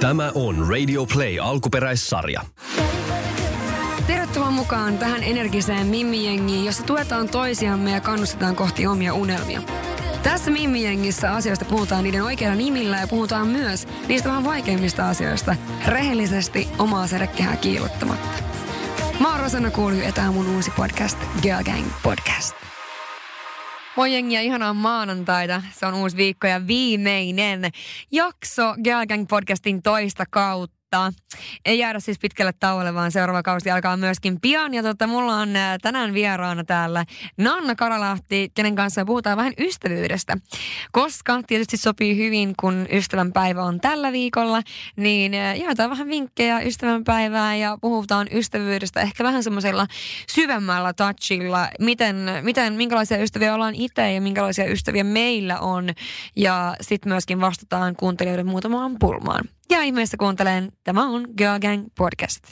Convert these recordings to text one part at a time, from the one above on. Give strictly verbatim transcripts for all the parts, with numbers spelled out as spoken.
Tämä on Radio Play alkuperäissarja. Tervetuloa mukaan tähän energiseen Mimmi-jengiin, jossa tuetaan toisiamme ja kannustetaan kohti omia unelmia. Tässä Mimmi-jengissä asioista puhutaan niiden oikeilla nimillä ja puhutaan myös niistä vähän vaikeimmista asioista rehellisesti omaa sädekehää kiilottamatta. Mä oon Rosanna Kuulju ja tää on mun uusi podcast, Girl Gang Podcast. Moi jengiä, ihanaa maanantaita. Se on uusi viikko ja viimeinen jakso Girl Gang Podcastin toista kautta. Ei jäädä siis pitkälle tauolle, vaan seuraava kausi alkaa myöskin pian. Ja tota, mulla on tänään vieraana täällä Nanna Karalahti, kenen kanssa puhutaan vähän ystävyydestä. Koska tietysti sopii hyvin, kun ystävänpäivä on tällä viikolla, niin jaetaan vähän vinkkejä ystävänpäivään ja puhutaan ystävyydestä ehkä vähän semmoisella syvemmällä touchilla. Miten, miten, minkälaisia ystäviä ollaan itse ja minkälaisia ystäviä meillä on. Ja sitten myöskin vastataan kuuntelijoiden muutamaan pulmaan. Ja ihmeessä kuuntelen. Tämä on Girl Gang Podcast.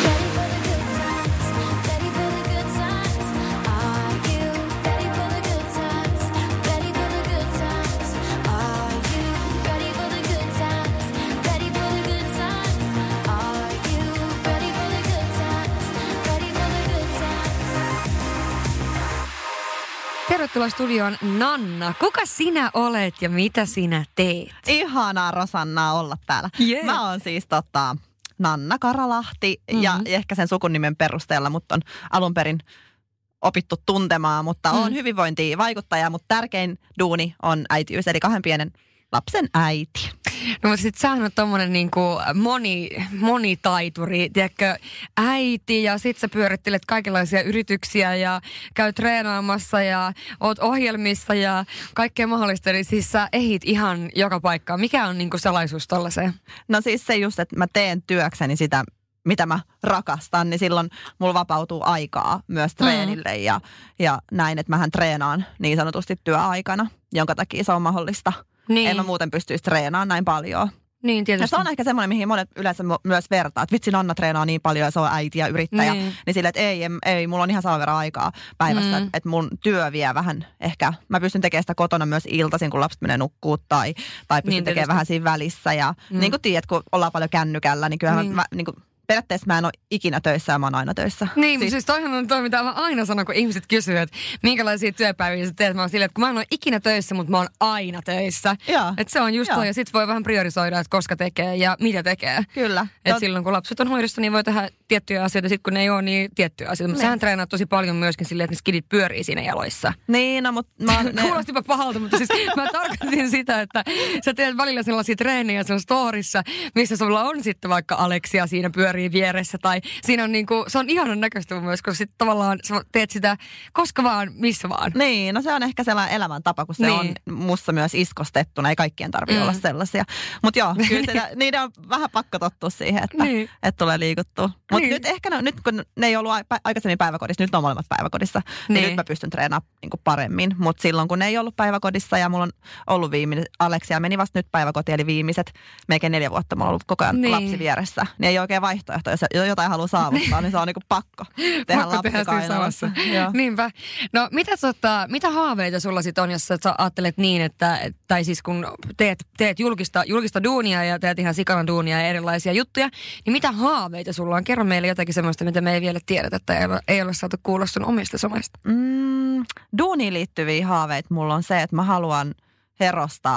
Tervetuloa studioon, Nanna. Kuka sinä olet ja mitä sinä teet? Ihanaa, Rosanna, olla täällä. Yeah. Mä oon siis tota, Nanna Karalahti mm-hmm. ja ehkä sen sukunimen perusteella mut on alun perin opittu tuntemaan, mutta mm. oon hyvinvointivaikuttaja, mutta tärkein duuni on äitiys, eli kahden pienen lapsen äiti. No mutta sit sähän on tommonen niinku moni, monitaituri, tiedätkö, äiti ja sit sä pyörittelet kaikenlaisia yrityksiä ja käyt treenaamassa ja oot ohjelmissa ja kaikkea mahdollista. Eli siis sä ehit ihan joka paikkaan. Mikä on niinku salaisuus tollaseen? No siis se just, että mä teen työkseni sitä, mitä mä rakastan, niin silloin mulla vapautuu aikaa myös treenille mm. ja, ja näin, että mähän treenaan niin sanotusti työaikana, jonka takia se on mahdollista. Niin. En mä muuten pystyisi treenaamaan näin paljon. Niin, tietysti. Ja se on ehkä semmoinen, mihin monet yleensä myös vertaa. Että vitsi, Nanna treenaa niin paljon ja se on äiti ja yrittäjä. Niin, niin silleen, että ei, ei, mulla on ihan saman verran aikaa päivässä. Mm. Että mun työ vie vähän ehkä. Mä pystyn tekemään sitä kotona myös iltaisin, kun lapset menee nukkuu tai, tai pystyn niin, tekemään vähän siinä välissä. Ja mm. niin kuin tiedät, kun ollaan paljon kännykällä, niin kyllähän niin. mä niin kuin, periaatteessa mä en ole ikinä töissä ja mä oon aina töissä. Niin, siis, siis toihan on toi, mitä mä aina sanon, kun ihmiset kysyy, että minkälaisia työpäiviä sä teet. Mä oon silleen, että kun mä en ole ikinä töissä, mutta mä oon aina töissä. Että se on just toi, ja sit voi vähän priorisoida, että koska tekee ja mitä tekee. Kyllä. Että silloin kun lapset on hoidossa, niin voi tehdä tiettyjä asioita, sit kun ne ei ole, niin tiettyjä asioita. Mutta sähän treenaat tosi paljon myöskin silleen, että ne skidit pyörii siinä jaloissa. Niin, no mutta mä oon... Kuulostipa pahalta, mutta siis mä tarkoitin sitä, että sä teet välillä sellaisia treenejä siellä storissa, missä sulla on sitten vaikka Aleksia siinä pyörii vieressä tai siinä on niinku, se on ihanan näköistä myös, koska sitten tavallaan sä teet sitä koska vaan, missä vaan. Niin, no se on ehkä sellainen elämäntapa, kun se niin. on musta myös iskostettuna, ei kaikkien tarvitse mm. olla sellaisia. Mutta joo, kyllä sitä, niiden on vähän pakko tottua siihen, että, niin. että tulee liikuttua. Mutta niin. nyt ehkä, no, nyt kun ne ei ollut aikaisemmin päiväkodissa, nyt ne on molemmat päiväkodissa, niin, niin nyt mä pystyn treenaamaan niin paremmin. Mutta silloin, kun ne ei ollut päiväkodissa ja mulla on ollut viimeinen, Aleksia meni vasta nyt päiväkotiin, eli viimeiset melkein neljä vuotta mulla on ollut koko ajan niin. lapsi vieressä. Niin ei oikein vaihtoehto, jos jotain haluaa saavuttaa, niin se on niinku pakko tehdä lapsikainalossa. Niinpä. No mitä, tota, mitä haaveita sulla sit on, jos sä ajattelet niin, että, tai siis kun teet, teet julkista, julkista duunia ja teet ihan sikana duunia ja erilaisia juttuja, niin mitä haaveita sulla on? Kerro meille jotakin semmoista, mitä me ei vielä tiedetä, että ei ole, ei ole saatu kuulla sun omista somesta. Mm, duuniin liittyviä haaveita mulla on se, että mä haluan herostaa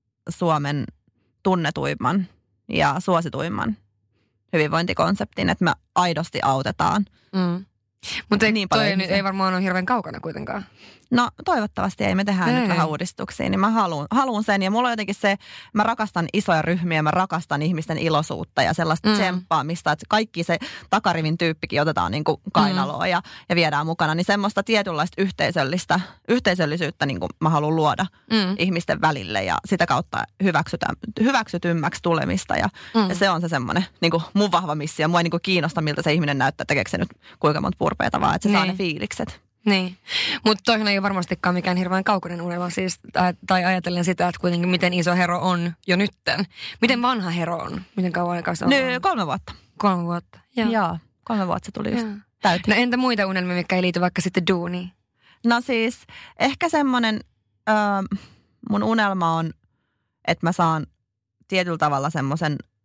Suomen tunnetuimman ja suosituimman hyvinvointikonseptin, että me aidosti autetaan. Mm. Mutta niin toi nyt ei varmaan ole hirveän kaukana kuitenkaan. No toivottavasti ei, me tehdään ei. nyt vähän uudistuksia, niin mä haluun, haluun sen. Ja mulla on jotenkin se, mä rakastan isoja ryhmiä, mä rakastan ihmisten iloisuutta ja sellaista mm. tsemppaamista, että kaikki se takarivin tyyppikin otetaan niin kuin kainaloon mm. ja, ja viedään mukana. Niin semmoista tietynlaista yhteisöllistä, yhteisöllisyyttä niin kuin mä haluan luoda mm. ihmisten välille ja sitä kautta hyväksytymmäksi tulemista. Ja, mm. ja se on se semmoinen niin kuin mun vahva missio. Mua ei niin kuin kiinnosta, miltä se ihminen näyttää, tekeekö se nyt kuinka monta purpeita, vaan että se niin. saa ne fiilikset. Niin, mutta toihan ei ole varmastikaan mikään hirveän kaukainen unelma siis, tai, tai ajatellen sitä, että kuitenkin miten iso Hero on jo nytten. Miten vanha Hero on? Miten kauan aikaa se on? No, kolme vuotta. Kolme vuotta, joo. Joo, kolme vuotta se tuli just täyteen. No entä muita unelmia, mitkä ei liity vaikka sitten duuniin? No siis ehkä semmoinen, äh, mun unelma on, että mä saan tietyllä tavalla semmoisen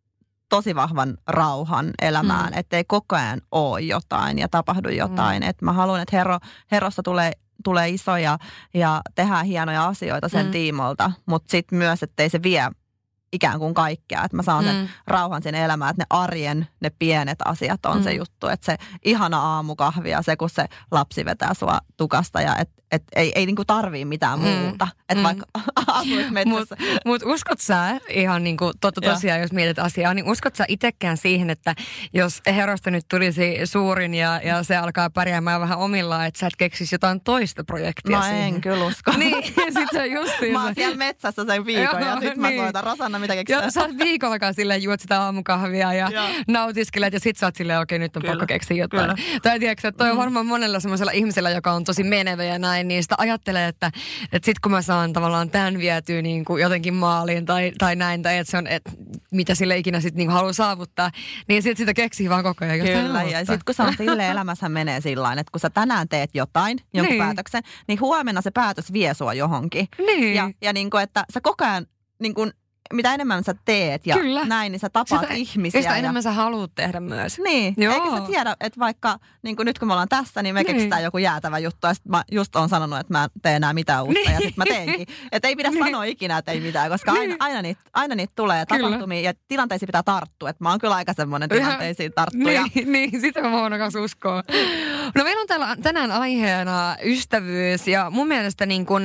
tosi vahvan rauhan elämään, mm. ettei koko ajan ole jotain ja tapahdu jotain. Mm. Että mä haluan, että hero, herosta tulee, tulee isoja ja tehdään hienoja asioita sen mm. tiimolta, mutta sitten myös, ettei se vie ikään kuin kaikkea. Että mä saan sen mm. rauhan sinne elämään, että ne arjen, ne pienet asiat on mm. se juttu. Että se ihana aamukahvi ja se, kun se lapsi vetää sua tukasta ja että et ei, ei niinku tarvii mitään mm. muuta. Että mm. vaikka asuisi metsässä. Mutta mut uskot sä ihan niinku totta tosiaan, jos mietit asiaa, niin uskot sä itsekään siihen, että jos herosta nyt tulisi suurin ja, ja se alkaa pärjäämään vähän omillaan, että sä et keksisi jotain toista projektia mä siihen? En kyllä usko. Niin, sit se justiin. Mä oon siellä metsässä sen viikon ja sit mä niin. soitan Rosanna, mitä keksitään. Joo, sä oot viikollakaan silleen juot sitä aamukahvia ja nautiskelet ja sit sä oot silleen, okei, nyt on kyllä, pakko keksiä jotain. Kyllä. Tai tiedätkö, että toi on varmaan monella semmoisella ihmisellä, joka on tosi menevä ja näin, niin sitä ajattelee, että, että sit kun mä saan tavallaan tämän vietyä niin kuin jotenkin maaliin tai, tai näin, tai että se on, että mitä sille ikinä sit niin kuin haluaa saavuttaa, niin sit sitä keksii vaan koko ajan. Kyllä, ja sit kun se on silleen, elämässä menee sillain, että kun sä tänään teet jotain, jonkun niin. päätöksen, niin huomenna se päätös vie sua johonkin. Niin. Ja, ja niin kuin, että sä koko ajan niin kuin, mitä enemmän sä teet ja Kyllä. näin, niin sä tapaat sitä, ihmisiä. Sitä ja enemmän sä haluat tehdä myös. Niin, Joo. eikä sä tiedä, että vaikka niin kuin nyt kun me ollaan tässä, niin me niin. keksitään joku jäätävä juttu. Ja sit mä just oon sanonut, että mä en tee enää mitään uutta niin. ja sit mä teenkin. Että ei pidä niin. sanoa ikinä, että ei mitään, koska niin. aina, aina, niitä, aina niitä tulee tapahtumia ja tilanteisiin pitää tarttua. Että mä oon kyllä aika semmoinen tilanteisiin tarttuja. Niin, niin, sitä mä voin myös uskoa. No meillä on täällä tänään aiheena ystävyys ja mun mielestä niin kuin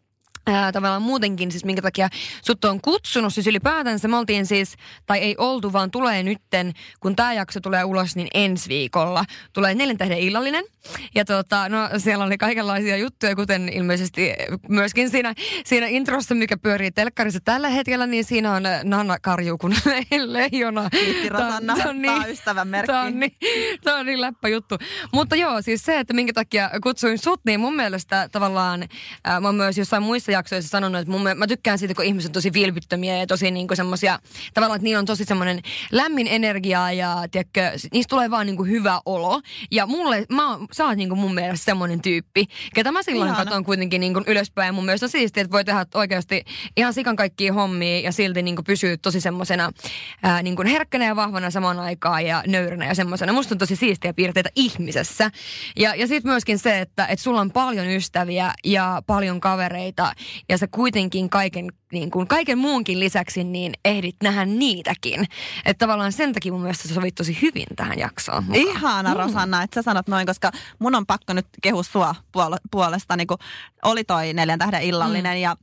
Ää, tavallaan muutenkin, siis minkä takia sut on kutsunut, siis ylipäätänsä me oltiin siis, tai ei oltu, vaan tulee nytten, kun tää jakso tulee ulos, niin ensi viikolla tulee Neljän tähden illallinen. Ja tota, no siellä oli kaikenlaisia juttuja, kuten ilmeisesti myöskin siinä, siinä introssa, mikä pyörii telkkarissa tällä hetkellä, niin siinä on Nanna Karju kun leijona. Kiitti Rosanna, tämä on niin, ystävän merkki. Tämä on niin, tämä on niin läppä juttu. Mutta joo, siis se, että minkä takia kutsuin sut, niin mun mielestä tavallaan, ää, mä oon myös jossain muissa jaksoissa sanonut, että mun, mä tykkään siitä, kun ihmiset on tosi vilpittömiä ja tosi niinku semmosia, tavallaan, että niillä on tosi semmoinen lämmin energia ja tiedätkö, niistä tulee vaan niinku hyvä olo. Ja mulle, mä oon, sä oot niinku mun mielestä semmoinen tyyppi, ketä mä silloin Ihana. katon kuitenkin niinku ylöspäin. Mun mielestä on siistiä, että voi tehdä oikeasti ihan sikan kaikkia hommia ja silti niinku pysyy tosi semmosena ää, niinku herkkänä ja vahvana samaan aikaan ja nöyränä ja semmosena. Musta on tosi siistiä piirteitä ihmisessä. Ja, ja sit myöskin se, että et sulla on paljon ystäviä ja paljon kavereita ja sä kuitenkin kaiken, niin kuin, kaiken muunkin lisäksi niin ehdit nähdä niitäkin. Että tavallaan sen takia mun mielestä sä sovit tosi hyvin tähän jaksoon mukaan. Ihana Rosanna, että sä sanot noin, koska mun on pakko nyt kehua sua puol- puolesta, niin kun oli toi Neljän tähden illallinen mm. ja,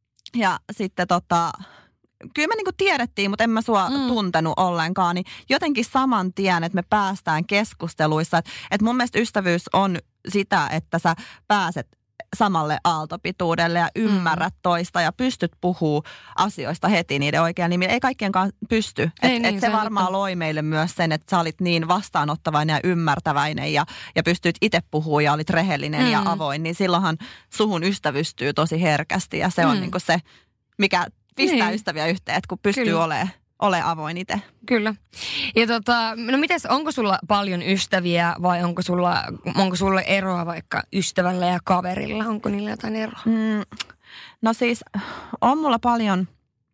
ja sitten tota... Kyllä me niinku tiedettiin, mutta en mä sua mm. tuntenut ollenkaan, niin jotenkin saman tien, että me päästään keskusteluissa. Että et mun mielestä ystävyys on sitä, että sä pääset samalle aaltopituudelle ja ymmärrät mm. toista ja pystyt puhuu asioista heti niiden oikein nimillä. Ei kaikkienkaan pysty. Että niin, et se, se varmaan totta. loi meille myös sen, että sä olit niin vastaanottavainen ja ymmärtäväinen ja, ja pystyt itse puhumaan ja olit rehellinen mm. ja avoin. Niin silloinhan suhun ystävystyy tosi herkästi ja se on mm. niinku se, mikä pistää niin. ystäviä yhteen, että kun pystyy olemaan ole avoin itse. Kyllä. Ja tota, no mites, onko sulla paljon ystäviä vai onko sulla, onko sulla eroa vaikka ystävällä ja kaverilla? Onko niillä jotain eroa? Mm, no siis, on mulla paljon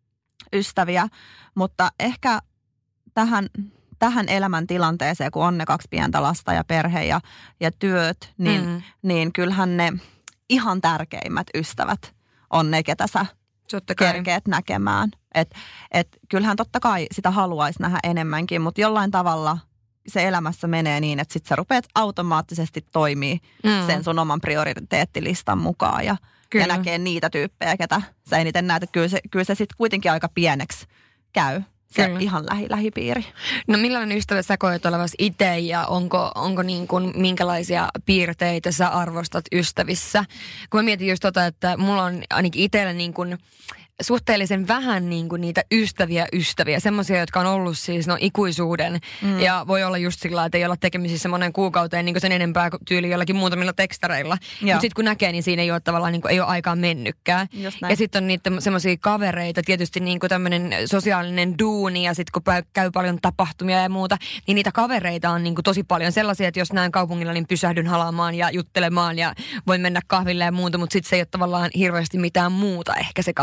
ystäviä, mutta ehkä tähän, tähän elämäntilanteeseen, kun on ne kaksi pientä lasta ja perhe ja, ja työt, niin, mm. niin kyllähän ne ihan tärkeimmät ystävät on ne, ketä sä kerkeet näkemään. Että et, kyllähän totta kai sitä haluaisi nähdä enemmänkin, mutta jollain tavalla se elämässä menee niin, että sit sä rupeat automaattisesti toimii mm. sen sun oman prioriteettilistan mukaan ja, ja näkee niitä tyyppejä, ketä sä eniten näet. Kyllä se, kyllä se sitten kuitenkin aika pieneksi käy. Se Kyllä. ihan lähi, lähipiiri. No millainen ystävä sä koet olevasi itse ja onko, onko niin kuin, minkälaisia piirteitä sä arvostat ystävissä? Kun mä mietin just tota, että mulla on ainakin itsellä niin kuin suhteellisen vähän niin kuin niitä ystäviä ystäviä. Semmoisia, jotka on ollut siis no ikuisuuden. Mm. Ja voi olla just sillä, että ei olla tekemisissä monen kuukauteen niin kuin sen enempää tyyli jollakin muutamilla tekstareilla. Mutta sitten kun näkee, niin siinä ei ole tavallaan niin kuin, ei ole aikaa mennytkään. Ja sitten on niitä semmoisia kavereita, tietysti niin kuin tämmöinen sosiaalinen duuni ja sitten kun käy paljon tapahtumia ja muuta, niin niitä kavereita on niin kuin tosi paljon. Sellaisia, että jos näen kaupungilla, niin pysähdyn halaamaan ja juttelemaan ja voin mennä kahville ja muuta, mutta sitten se ei ole tavallaan hirveästi mitään muuta ehkä se kaverisuhde.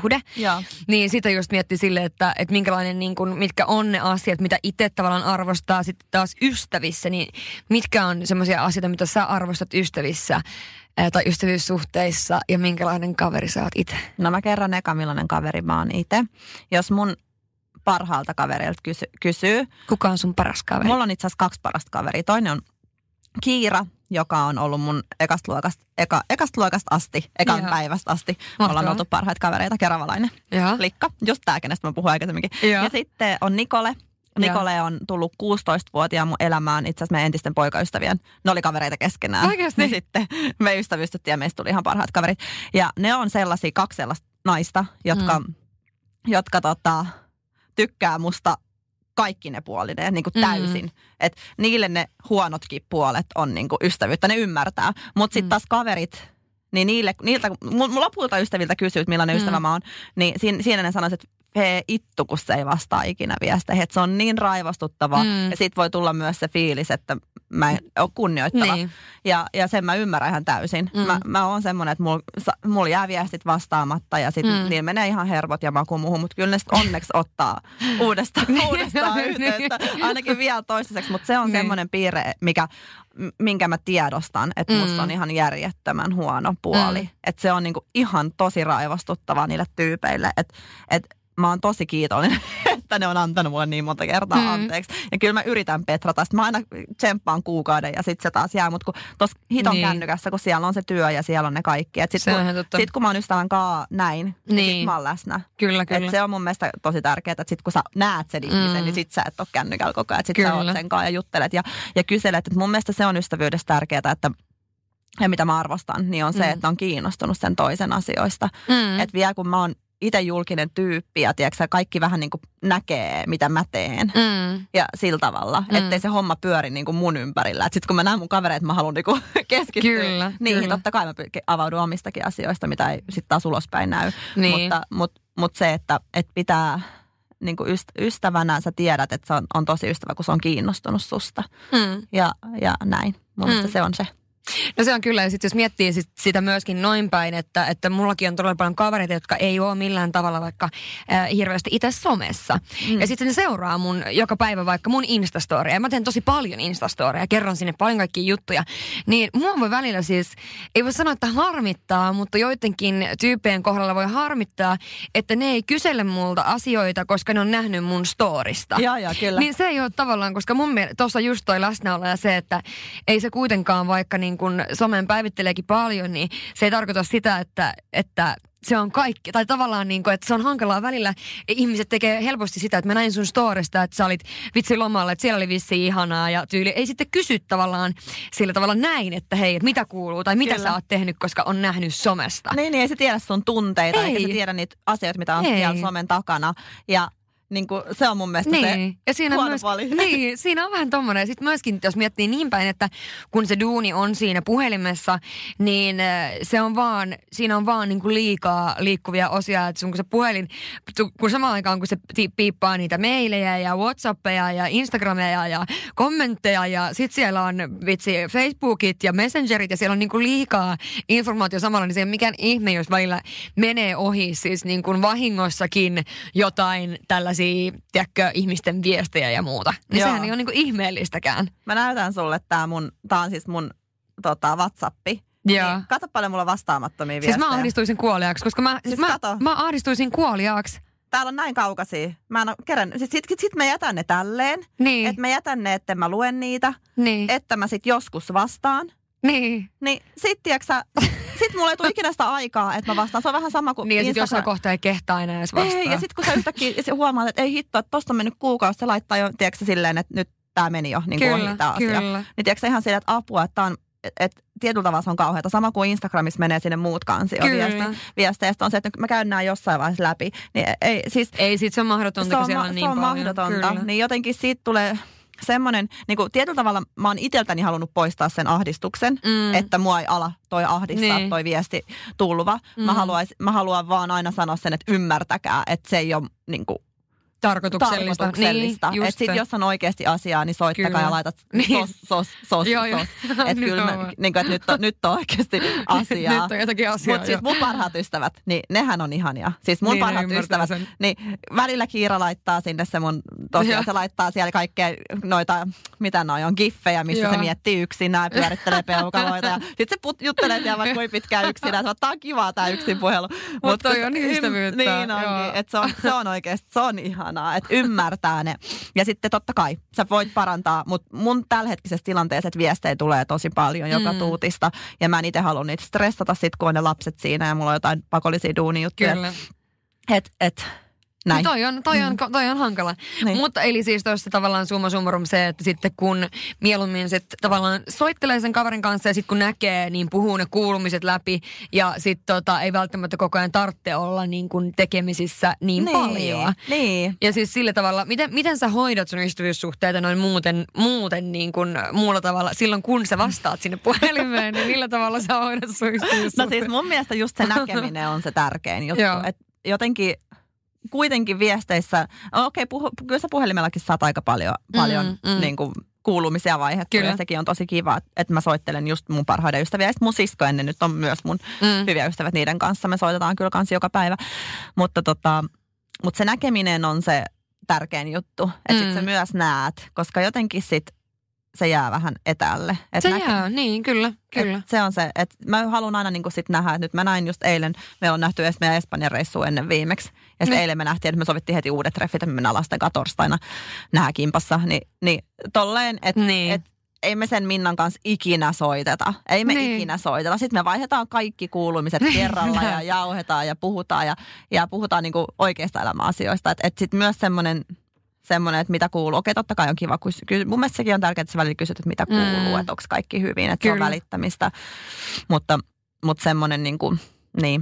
suhde. Ja. Niin sitä just mietti silleen, että, että minkälainen, niin kuin, mitkä on ne asiat, mitä itse tavallaan arvostaa sitten taas ystävissä. Niin mitkä on semmoisia asioita, mitä sä arvostat ystävissä ää, tai ystävyyssuhteissa ja minkälainen kaveri sä oot itse? No mä kerron eka, millainen kaveri mä oon itse. Jos mun parhaalta kaverilta kysy, kysyy. Kuka on sun paras kaveri? Mulla on itse asiassa kaksi parasta kaveria. Toinen on Kiira, joka on ollut mun ekasta luokasta, eka, ekasta luokasta asti, ekan Jaha. päivästä asti. Me ollaan oltu parhaita kavereita, keravalainen Jaha. likka. Just tää, kenestä mä puhuin aikaisemminkin. Jaha. Ja sitten on Nikole. Nikole Jaha. on tullut kuusitoistavuotiaan mun elämään itse asiassa meidän entisten poikaystävien. Ne oli kavereita keskenään. Oikeasti? Niin sitten me ystävystyttiin ja meistä tuli ihan parhaat kaverit. Ja ne on sellaisia, kaksi sellaista naista, jotka, mm. jotka tota, tykkää musta kaikki ne puolineen niin kuin täysin. Mm. Että niille ne huonotkin puolet on niin kuin ystävyyttä, ne ymmärtää. Mutta sitten taas kaverit, niin niille, niiltä, mun lopulta ystäviltä kysyy, että millainen mm. ystävä mä oon, niin siinä, siinä ne sanoisivat, että hei ittu, kun se ei vastaa ikinä viesteihin. Että se on niin raivostuttavaa. Mm. Ja siitä voi tulla myös se fiilis, että mä en ole kunnioittava. Niin. Ja, ja sen mä ymmärrän ihan täysin. Mm. Mä, mä oon semmoinen, että mulla mul jää viestit vastaamatta ja sitten mm. niillä menee ihan hervot ja maku muuhun. Mutta kyllä ne sitten onneksi ottaa uudestaan, uudestaan yhteyttä. Ainakin vielä toistaiseksi. Mutta se on niin. semmoinen piirre, mikä, minkä mä tiedostan, että mm. musta on ihan järjettömän huono puoli. Mm. Että se on niinku ihan tosi raivostuttavaa niille tyypeille. Että et, mä oon tosi kiitollinen, että ne on antanut mulle niin monta kertaa mm. anteeksi. Ja kyllä mä yritän petrata. Sitten mä aina tsemppaan kuukauden ja sitten se taas jää. Mutta kun tuossa hiton niin. kännykässä, kun siellä on se työ ja siellä on ne kaikki. Sitten kun, sit, kun mä oon ystävän kaa näin, niin sit mä oon läsnä. Kyllä, kyllä. Et se on mun mielestä tosi tärkeää, että sit kun sä näet sen ihmisen, mm. niin sit sä et ole kännykällä koko ajan. Sitten sä oot sen kaa ja juttelet ja, ja kyselet. Et mun mielestä se on ystävyydessä tärkeää, että ja mitä mä arvostan, niin on se, mm. että on kiinnostunut sen toisen asioista. Mm. Että vielä kun mä oon itse julkinen tyyppi ja tiedätkö, kaikki vähän niin kuin näkee, mitä mä teen. Mm. Ja sillä tavalla, mm. ettei se homma pyöri niin kuin mun ympärillä. Sitten kun mä näen mun kavereita, mä haluan niin kuin keskittyä kyllä, niihin. Kyllä. Totta kai mä avaudun omistakin asioista, mitä ei sitten taas ulospäin näy. Niin. Mutta mut, mut se, että et pitää niin kuin ystävänä, sä tiedät, että se on, on tosi ystävä, kun se on kiinnostunut susta. Mm. Ja, ja näin. Mun mielestä mm. se on se. No se on kyllä, ja sitten jos miettii sit sitä myöskin noin päin, että, että mullakin on todella paljon kavereita, jotka ei ole millään tavalla vaikka äh, hirveästi itse somessa. Mm. Ja sitten ne seuraa mun joka päivä vaikka mun Instastoria, ja mä teen tosi paljon Instastoria, ja kerron sinne paljon kaikkia juttuja. Niin mua voi välillä siis, ei voi sanoa, että harmittaa, mutta joidenkin tyyppien kohdalla voi harmittaa, että ne ei kysele multa asioita, koska ne on nähnyt mun storista. Joo, joo, kyllä. Niin se ei ole tavallaan, koska mun mielestä tuossa just toi läsnäolo ja se, että ei se kuitenkaan vaikka niin kun somen päivitteleekin paljon, niin se ei tarkoita sitä, että, että se on kaikki. Tai tavallaan niin kuin, että se on hankalaa välillä. Ihmiset tekee helposti sitä, että mä näin sun storista, että sä olit vitsi lomalla, että siellä oli vissi ihanaa ja tyyli. Ei sitten kysy tavallaan sillä tavalla näin, että hei, että mitä kuuluu tai mitä Kyllä. sä oot tehnyt, koska on nähnyt somesta. Niin, niin ei se tiedä sun tunteita, ei. eikä se tiedä niitä asioita, mitä on ei. siellä somen takana. Ja niin kuin, se on mun mielestä niin. se ja siinä huono myös, puoli. Niin, siinä on vähän tommoinen. Ja sitten myöskin, jos miettii niin päin, että kun se duuni on siinä puhelimessa, niin se on vaan, siinä on vaan niin kuin liikaa liikkuvia osia. Että sun kun se puhelin, kun samaan aikaan kun se piippaa niitä mailejä ja WhatsAppeja ja Instagrameja ja kommentteja ja sitten siellä on vitsi Facebookit ja Messengerit ja siellä on niin kuin liikaa informaatio samalla, niin se ei ole mikään ihme, jos välillä menee ohi siis niin kuin vahingossakin jotain tällaisia tiedätkö, ihmisten viestejä ja muuta. Niin Joo. sehän ei ole niinku ihmeellistäkään. Mä näytän sulle, tää mun, tää on siis mun tota, WhatsAppi. Joo. Niin, kato paljon mulla vastaamattomia viestejä. Siis mä ahdistuisin kuoliaaksi, koska mä, siis siis mä, mä ahdistuisin kuoliaaksi. Täällä on näin kaukaisia. Mä en ole kerännyt. Siis sit, sit, sit mä jätän ne tälleen. Niin. Että mä jätän ne, että mä luen niitä. Niin. Että mä sit joskus vastaan. Niin. Niin sit tiiäksä, sit mulla ei tule ikinä sitä aikaa, että mä vastaan. Se on vähän sama kuin niin, ja sit Instagram. jossain kohtaa ei kehtaa enää edes vastaa. Ei, ja sit kun sä yhtäkkiä huomaat, että ei hitto, että tosta on mennyt kuukausi, se laittaa jo, tiiäksä, silleen, että nyt tää meni jo niin kuin ohi tää asia. Niin tiiäksä ihan silleen, että apua, että tää on, että tietyllä tavalla se on kauheata. Sama kuin Instagramissa menee sinne muut kansioviesteistä. Viesteistä on se, että mä käyn nää jossain vaiheessa läpi. Niin ei, siis, ei sit se on mahdotonta, kun siellä on niin paljon. Se on mahdotonta. Kyllä. Niin jotenkin siitä tulee semmoinen, niin kuin tietyllä tavalla mä oon iteltäni halunnut poistaa sen ahdistuksen, mm. että mua ei ala toi ahdistaa, niin. toi viesti tulva. Mm. Mä, haluais, mä haluan vaan aina sanoa sen, että ymmärtäkää, että se ei ole niin kuin, tarkoituksellista. tarkoituksellista. Niin, että sitten jos on oikeasti asiaa, niin soittakaa kyllä. ja laitat niin. sos, sos, sos, joo, sos. joo. Että kyllä mä, niin kuin, että nyt, on, nyt on oikeasti asiaa. Nyt on jotakin asiaa. Mutta siis mun parhaat ystävät, niin nehän on ihania. Siis mun niin, parhaat ystävät, sen. niin välillä Kiira laittaa sinne se mun, tosiaan se laittaa siellä kaikkea noita, mitä noi on, giffejä, missä joo. se miettii yksinään ja pyörittelee peukaloita. Ja sitten se put, juttelee siellä vaikka kuin pitkään yksinään. Että tää on kivaa tää yksin puhelu. Mutta toi on ystävyyttä. Niin onkin, että se on, se on oikeasti, se on ihanaa, että ymmärtää ne. Ja sitten totta kai, sä voit parantaa, mutta mun tällähetkisessä tilanteessa, että viestejä tulee tosi paljon joka mm. tuutista. Ja mä en itse halua niitä stressata sit, kun on ne lapset siinä ja mulla on jotain pakollisia duunijuttuja. Kyllä. Et, et, näin. No toi on, toi on, mm. toi on hankala. Niin. Mutta eli siis tuossa tavallaan summa summarum se, että sitten kun mieluummin sit tavallaan soittelee sen kaverin kanssa ja sitten kun näkee, niin puhuu ne kuulumiset läpi ja sitten tota, ei välttämättä koko ajan tarvitse olla niin kuin tekemisissä niin, niin paljon. Niin. Ja siis sillä tavalla, miten, miten sä hoidat sun ystävyyssuhteita noin muuten, muuten niin kuin muulla tavalla, silloin kun sä vastaat sinne puhelimeen, niin millä tavalla sä hoidat sun ystävyyssuhteita? No siis mun mielestä just se näkeminen on se tärkein juttu, että jotenkin kuitenkin viesteissä, okei, okay, kyllä sä puhelimellakin saat aika paljon, paljon mm, mm. Niin kuin kuulumisia vaihdettua. Ja sekin on tosi kiva, että mä soittelen just mun parhaiden ystäviä. Ja sitten mun sisko ennen nyt on myös mun mm. hyviä ystävät niiden kanssa. Me soitetaan kyllä kanssa joka päivä. Mutta, tota, mutta se näkeminen on se tärkein juttu. Että mm. sit sä myös näet, koska jotenkin sit se jää vähän etäälle. Et se näke- jää, niin kyllä, kyllä. Et se on se, että mä haluan aina niinku sit nähdä, että nyt mä näin just eilen, meillä on nähty edes meidän Espanjan reissua ennen viimeksi. Ja sitten eilen me nähtiin, että me sovittiin heti uudet treffit, että me mennään lasten kanssa torstaina nähdä kimpassa. Ni, niin tolleen, että niin. et, ei me sen Minnan kanssa ikinä soiteta. Ei me niin. ikinä soiteta. Sitten me vaihdetaan kaikki kuulumiset kerralla ja jauhetaan ja puhutaan ja, ja puhutaan niinku oikeista elämäasioista. Että et sitten myös semmoinen... semmoinen, että mitä kuuluu. Okei, totta kai on kiva. Kyllä, mun mielestä sekin on tärkeää, että sä välillä kysyt, että mitä kuuluu, mm. että onko kaikki hyvin, että Kyllä. se on välittämistä. Mutta, mutta semmoinen niin kuin, niin.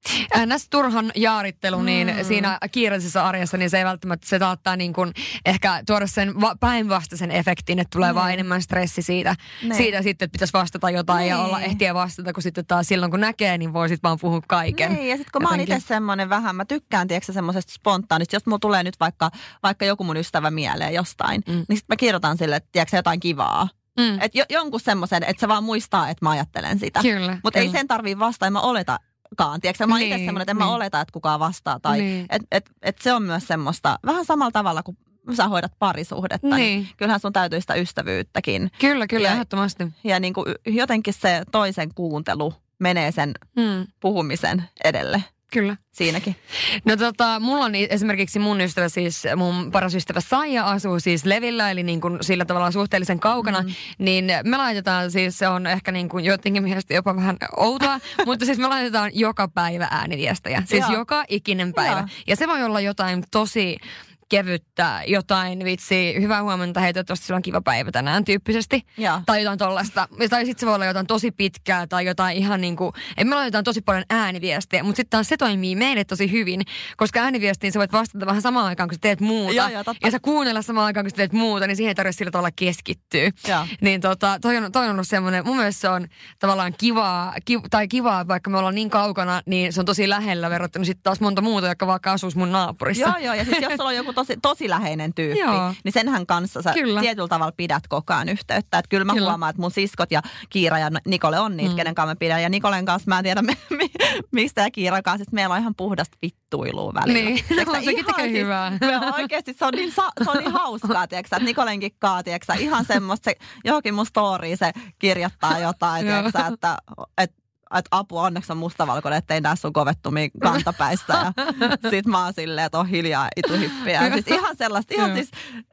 Ns. Turhan jaarittelu, niin mm. siinä kiireellisessä arjessa, niin se ei välttämättä, se saattaa niin kuin ehkä tuoda sen va- päinvastaisen efektin, että tulee mm. vaan enemmän stressi siitä, siitä sitten, että pitäisi vastata jotain niin. ja olla ehtiä vastata, kun sitten taas silloin kun näkee, niin voi sitten vaan puhua kaiken. Niin, ja sitten kun Jotenkin. Mä oon itse semmoinen vähän, mä tykkään tiedätkö semmoisesta spontaanista, jos mulla tulee nyt vaikka, vaikka joku mun ystävä mieleen jostain, mm. niin sitten mä kirjoitan sille, että tiedätkö jotain kivaa. Mm. Että jo, jonkun semmoisen, että se vaan muistaa, että mä ajattelen sitä. Mutta ei sen tarvii vastaa, mä oleta. Tiedätkö, mä oon niin, itse semmoinen, että en niin. mä oleta, että kukaan vastaa. Tai niin. että et, et se on myös semmoista, vähän samalla tavalla kuin sä hoidat parisuhdetta. Niin. Niin kyllähän sun täytyy sitä ystävyyttäkin. Kyllä, kyllä, ja, ehdottomasti. Ja niin kuin jotenkin se toisen kuuntelu menee sen hmm. puhumisen edelle. Kyllä. Siinäkin. No tota, mulla on esimerkiksi mun ystävä, siis mun paras ystävä Saija asuu siis Levillä, eli niin kuin sillä tavalla suhteellisen kaukana, mm. niin me laitetaan siis, se on ehkä niin kuin jotenkin mielestä jopa vähän outoa, mutta siis me laitetaan joka päivä ääniviestejä. Siis Joo. joka ikinen päivä. Joo. Ja se voi olla jotain tosi kevyttä, jotain vitsi, hyvää huomenta, hei toivottavasti sulla on kiva päivä tänään tyyppisesti. Ja. Tai jotain tollaista. Tai sitten se voi olla jotain tosi pitkää tai jotain ihan niin kuin, ei me laitetaan tosi paljon ääniviestejä, mutta sitten taas se toimii meille tosi hyvin, koska ääniviestiin sä voit vastata vähän samaan aikaan, kun sä teet muuta. Ja, ja, ja sä kuunnella samaan aikaan, kun sä teet muuta, niin siihen ei tarvitse sillä tavalla keskittyä. Ja. Niin tota, toi on, toi on ollut semmoinen, mun mielestä se on tavallaan kivaa, kiv, tai kivaa, vaikka me ollaan niin kaukana, niin se on tosi lähellä verrattuna sitten taas monta muuta, jotka vaikka asuisi mun naapurissa. Joo, joo, ja siis jos sulla on joku tosi, tosi läheinen tyyppi, Joo. niin senhän kanssa sä kyllä. tietyllä tavalla pidät koko ajan yhteyttä. Että kyllä mä kyllä. huomaan, että mun siskot ja Kiira ja Nikole on niitä, mm. kenen kanssa mä pidän. Ja Nikolen kanssa mä en tiedä mistä ja Kiiran kanssa. Sitten meillä on ihan puhdasta vittuilua välillä. Niin, no, sekin tekee siis, hyvää. Oikeasti se on niin, sa, se on niin hauskaa, tiiäksä, että Nikolenkin kaa, tiiäksä, ihan semmoista, se, johonkin mun storyin se kirjoittaa jotain, tiiäksä, että... että että apua, onneksi on mustavalkoinen, ettei näe sun kovettumia kantapäissä. Ja sit mä oon silleen, että on hiljaa ituhippiä. Siis ihan sellaista, ihan siis,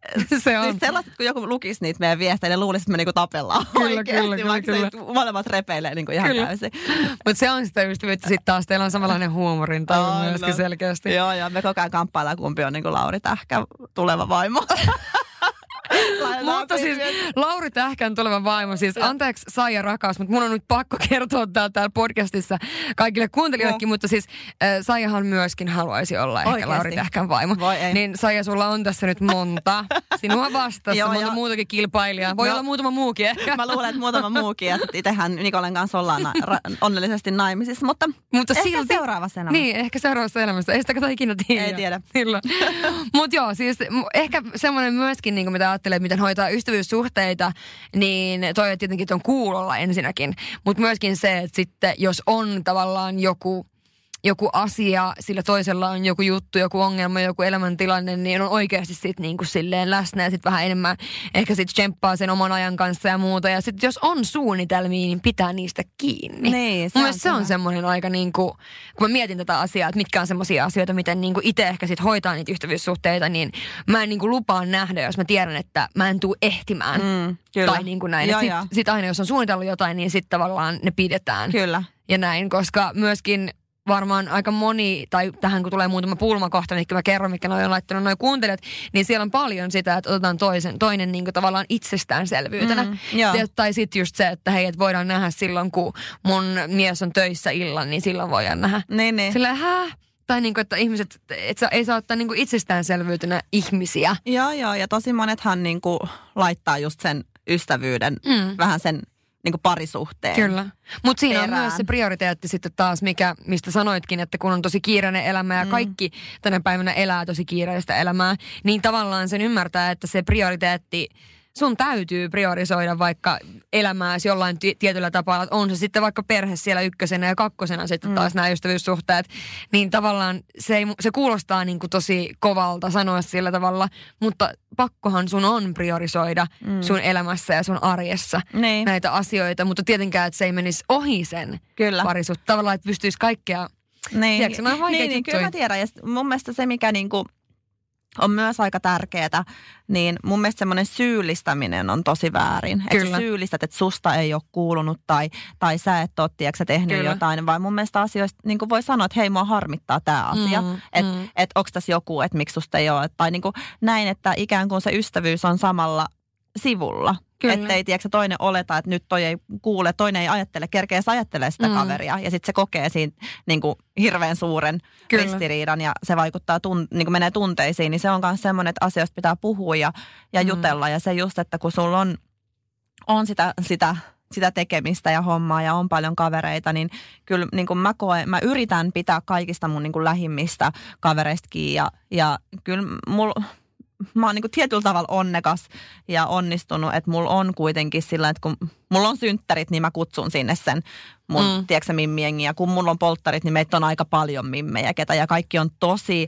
se on. siis sellaista, kun joku lukisi niitä meidän viestejä, niin luulisi, että me niinku tapellaan kyllä, oikeasti, kyllä, vaikka kyllä, se molemmat repeilee niinku ihan kyllä. täysin. Mutta se on sitä ystävyyttä sitten taas, teillä on samanlainen huumorin tai myöskin no. selkeästi. Joo, ja me koko ajan kamppaillaan, kumpi on niinku Lauri Tähkä tuleva vaimo. Mutta siis Lauri Tähkän tuleva vaimo, siis anteeksi Saija rakas, mutta mun on nyt pakko kertoa täällä, täällä podcastissa kaikille kuuntelijoillekin, no. mutta siis äh, Saijahan myöskin haluaisi olla ehkä Oikeasti. Lauri Tähkän vaimo. Niin Saija, sulla on tässä nyt monta Sinua vastassa, Joo, monta ja- muutakin kilpailijaa. Voi Joo. olla muutama muukin ehkä. Mä luulen, että muutama muukin ja sit itsehän Nikolen kanssa ollaan na- ra- onnellisesti naimisissa, mutta, Mutta ehkä silti, seuraavassa elämässä. Niin, ehkä seuraavassa elämässä. Ei sitä kato ikinä tiedä. Ei tiedä. Mutta joo, siis m- ehkä semmoinen myöskin, niin mitä ajattelee, että miten hoitaa ystävyyssuhteita, niin toi tietenkin on kuulolla ensinnäkin. Mutta myöskin se, että sitten jos on tavallaan joku... joku asia, sillä toisella on joku juttu, joku ongelma, joku elämäntilanne, niin on oikeasti sitten niin kuin silleen läsnä ja sitten vähän enemmän ehkä sitten tsemppaa sen oman ajan kanssa ja muuta. Ja sitten jos on suunnitelmia, niin pitää niistä kiinni. Niin, se Mun on mielestä se on hyvä. semmoinen aika niin kuin, kun mä mietin tätä asiaa, että mitkä on semmoisia asioita, miten niin kuin itse ehkä sitten hoitaa niitä ystävyyssuhteita, niin mä en niin kuin lupaan nähdä, jos mä tiedän, että mä en tule ehtimään. Mm, kyllä. Tai niin kuin näin. Joo, Sitten joo. sit aina, jos on suunnitellut jotain, niin sitten tavallaan ne pidetään. Kyllä. Ja näin, koska myöskin varmaan aika moni, tai tähän kun tulee muutama pulmakohta, mitkä mä kerron, mitkä noi on laittanut noi kuuntelijat, niin siellä on paljon sitä, että otetaan toisen, toinen niin kuin tavallaan itsestäänselvyytenä. Mm, joo. Ja, tai sitten just se, että hei, että voidaan nähdä silloin, kun mun mies on töissä illan, niin silloin voidaan nähdä. Niin, niin. Silleen, hää? Tai niin kuin, että ihmiset, et sä, ei saa ottaa niin kuin itsestäänselvyytenä ihmisiä. Joo, joo. Ja tosi monethan niin kuin laittaa just sen ystävyyden, Mm. vähän sen niin kuin parisuhteen. Kyllä. Mutta siinä perään. on myös se prioriteetti sitten taas, mikä, mistä sanoitkin, että kun on tosi kiireinen elämä ja Mm. kaikki tänä päivänä elää tosi kiireistä elämää, niin tavallaan sen ymmärtää, että se prioriteetti, sun täytyy priorisoida vaikka elämääsi jollain ti- tietyllä tapaa, että on se sitten vaikka perhe siellä ykkösenä ja kakkosena sitten Mm. taas nämä ystävyyssuhteet, niin tavallaan se, ei, se kuulostaa niin kuin tosi kovalta sanoa sillä tavalla, mutta pakkohan sun on priorisoida Mm. sun elämässä ja sun arjessa Niin. näitä asioita, mutta tietenkään, että se ei menisi ohi sen Kyllä. parisuhteen. Tavallaan, että pystyisi kaikkea, Niin, tiedätkö, nämä on vaikeita niin, niin, juttuja. kyllä mä tiedän. Ja sit mun mielestä se, mikä niinku on myös aika tärkeää, niin mun mielestä semmoinen syyllistäminen on tosi väärin. Että Kyllä. sä syyllistät, että susta ei ole kuulunut tai, tai sä et ole, tiedätkö, tehnyt Kyllä. jotain. Vaan mun mielestä asioista niin kuin voi sanoa, että hei, mua harmittaa tämä asia. Mm, että mm. et, onko tässä joku, että miksi susta ei ole. Tai niin kuin näin, että ikään kuin se ystävyys on samalla sivulla. Kyllä. Että ei, tiedätkö, toinen oleta, että nyt toi ei kuule, toinen ei ajattele, kerkeä ajattelee sitä Mm. kaveria. Ja sitten se kokee siinä niin kuin hirveän suuren Kyllä. ristiriidan ja se vaikuttaa, tun, niin kuin menee tunteisiin. Niin se on myös semmoinen, että asioista pitää puhua ja, ja Mm. jutella. Ja se just, että kun sulla on, on sitä, sitä, sitä tekemistä ja hommaa ja on paljon kavereita, niin kyllä niin kuin mä koen, mä yritän pitää kaikista mun niin kuin lähimmistä kavereista kiinni. Ja, ja kyllä mulla... Mä oon niin kuin tietyllä tavalla onnekas ja onnistunut, että mulla on kuitenkin sillä, että kun mulla on synttärit, niin mä kutsun sinne sen mun, Mm. tiedätkö sä, mimmiengi. Ja kun mulla on polttarit, niin meitä on aika paljon mimmejä, ketä ja kaikki on tosi...